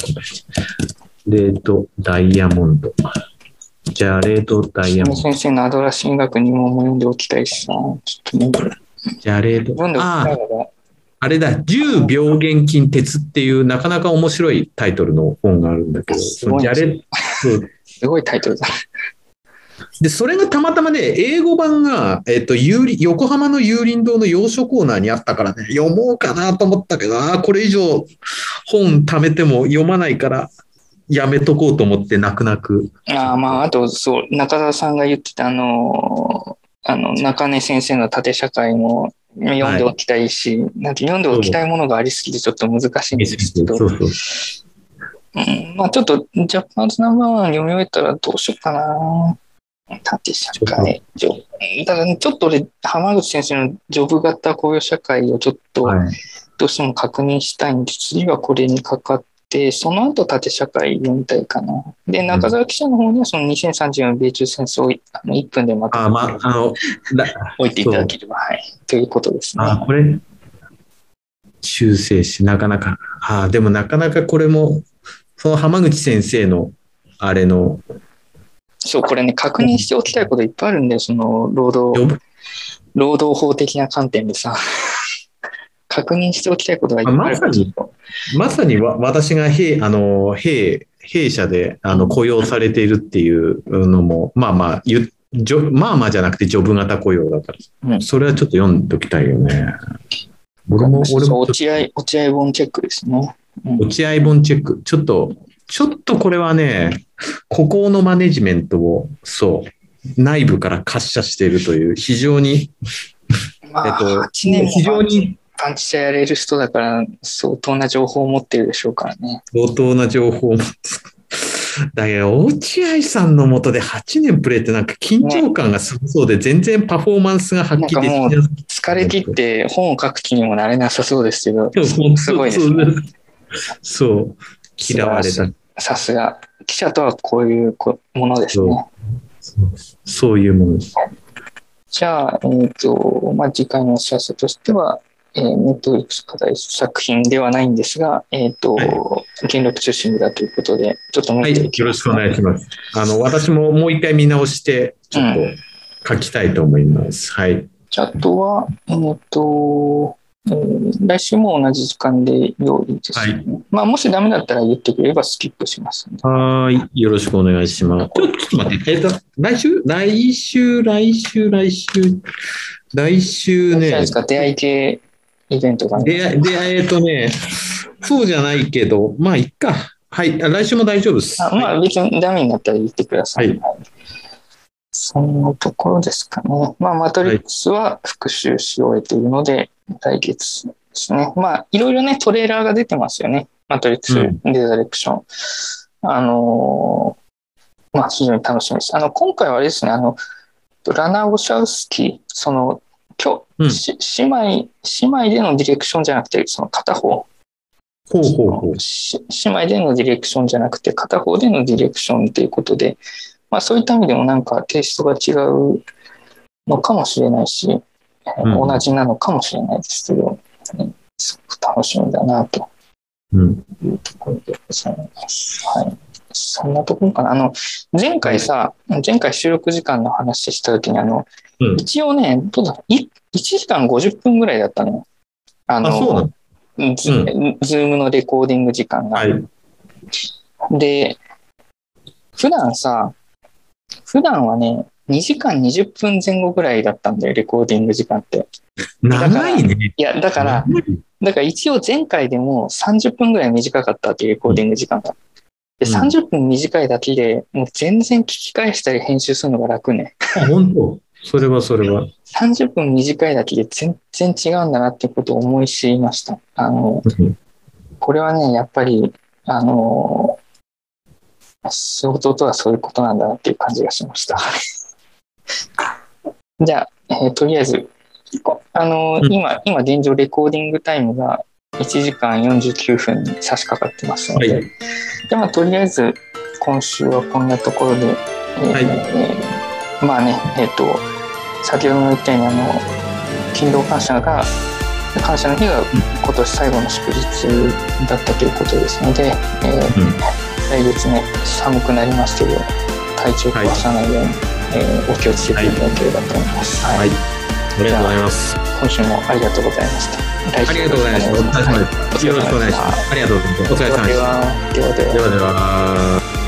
ダイヤモンド。ジャレード・ダイヤモンド。 先生のアドラー心理学にも読んでおきたいしさ。ちょっとね。 ジャレード。あれだ、10病原菌鉄っていうなかなか面白いタイトルの本があるんだけど、 すごいタイトルだ。 で、それがたまたまね、英語版が、横浜の有林堂の洋書コーナーにあったからね、読もうかなと思ったけど、これ以上本貯めても読まないから、やめとこうと思って泣く泣く。 あとそう、中澤さんが言ってた中根先生の縦社会も読んでおきたいし、なんて読んでおきたいものがありすぎてちょっと難しいんですけど、ちょっとジャパンズナンバーワン読み終えたらどうしようかな。縦社会。だからちょっと俺、浜口先生のジョブ型雇用社会をちょっとどうしても確認したいんで、次はこれにかかって、その後縦社会読みたいかな。で、中澤記者の方にはその2034年米中戦争を1分でまとめて置いていただければ、ということですね。 これ、修正し、なかなか、でもなかなかこれも、その浜口先生の、 そう、これね、確認しておきたいこといっぱいあるんで、その労働法的な観点でさ。確認しておきたいことがいっぱいある。 まさに私が弊社で雇用されているっていうのも、まあじゃなくてジョブ型雇用だから、それはちょっと読んでおきたいよね。 俺も落合本チェックですね。 落合本チェック。ちょっとこれはね、孤高のマネジメントを、内部から滑車しているという、非常に、 非常に、パンチ社やれる人だから相当な情報を持ってるでしょうからね。 相当な情報を持ってだけど、落合さんの下で8年プレーってなんか緊張感がすごそうで、全然パフォーマンスが発揮できなんかない。 疲れ切って本を書く気にもなれなさそうですけど、すごいですね。 そう、嫌われた。 さすが。記者とはこういうものですね。 そういうものです。 じゃあ、次回のお知らせとしては、ネットフリックス課題作品ではないんですが、元禄中心部だということで、ちょっと見ていきます、ね。 はい、よろしくお願いします。私ももう一回見直して、ちょっと書きたいと思います。はい。 じゃあ、あとは、来週も同じ時間で用意ですね。はい、もしダメだったら言ってくれればスキップしますので。 はい。よろしくお願いします。ちょっと待って。来週ね。 ですか、出会い系イベントがね。 出会いね、そうじゃないけど、まあ、いっか。はい。来週も大丈夫です。 別にダメになったら言ってください。 はい。 そんなところですかね。マトリックスは復習し終えているので、来月ですね。いろいろね、トレーラーが出てますよね。マトリックス・デザレクション。非常に楽しみです。今回はあれですね、ラナ・ウォシャウスキー、姉妹でのディレクションじゃなくて、その片方。姉妹でのディレクションじゃなくて、片方でのディレクションということで、そういった意味でもなんかテイストが違うのかもしれないし、同じなのかもしれないですけど、すごく楽しみだなというところでございます。はい。そんなところかな。前回収録時間の話したときに、一応ね、1時間50分ぐらいだったの。 そうなのズームのレコーディング時間が。はい、で、普段はね、2時間20分前後ぐらいだったんだよ、レコーディング時間って。 長いね。 いや、だから一応前回でも30分ぐらい短かったっていうレコーディング時間が。で、30分短いだけで、もう全然聞き返したり編集するのが楽ね。 本当？それは。 30分短いだけで全然違うんだなってことを思い知りました。これはね、やっぱり、仕事とはそういうことなんだなっていう感じがしました。じゃあ、とりあえず、今現状レコーディングタイムが1時間49分に差し掛かってますので、でとりあえず今週はこんなところで、先ほども言ったように勤労感謝の日が今年最後の祝日だったということですので、来月ね、寒くなりますけど、体調壊さないように、お気をつけていただければと思います。 はい。ありがとうございます。 今週もありがとうございました。 ありがとうございました。お疲れ様です。よろしくお願いします。ありがとうございます。お疲れ様でした。 では。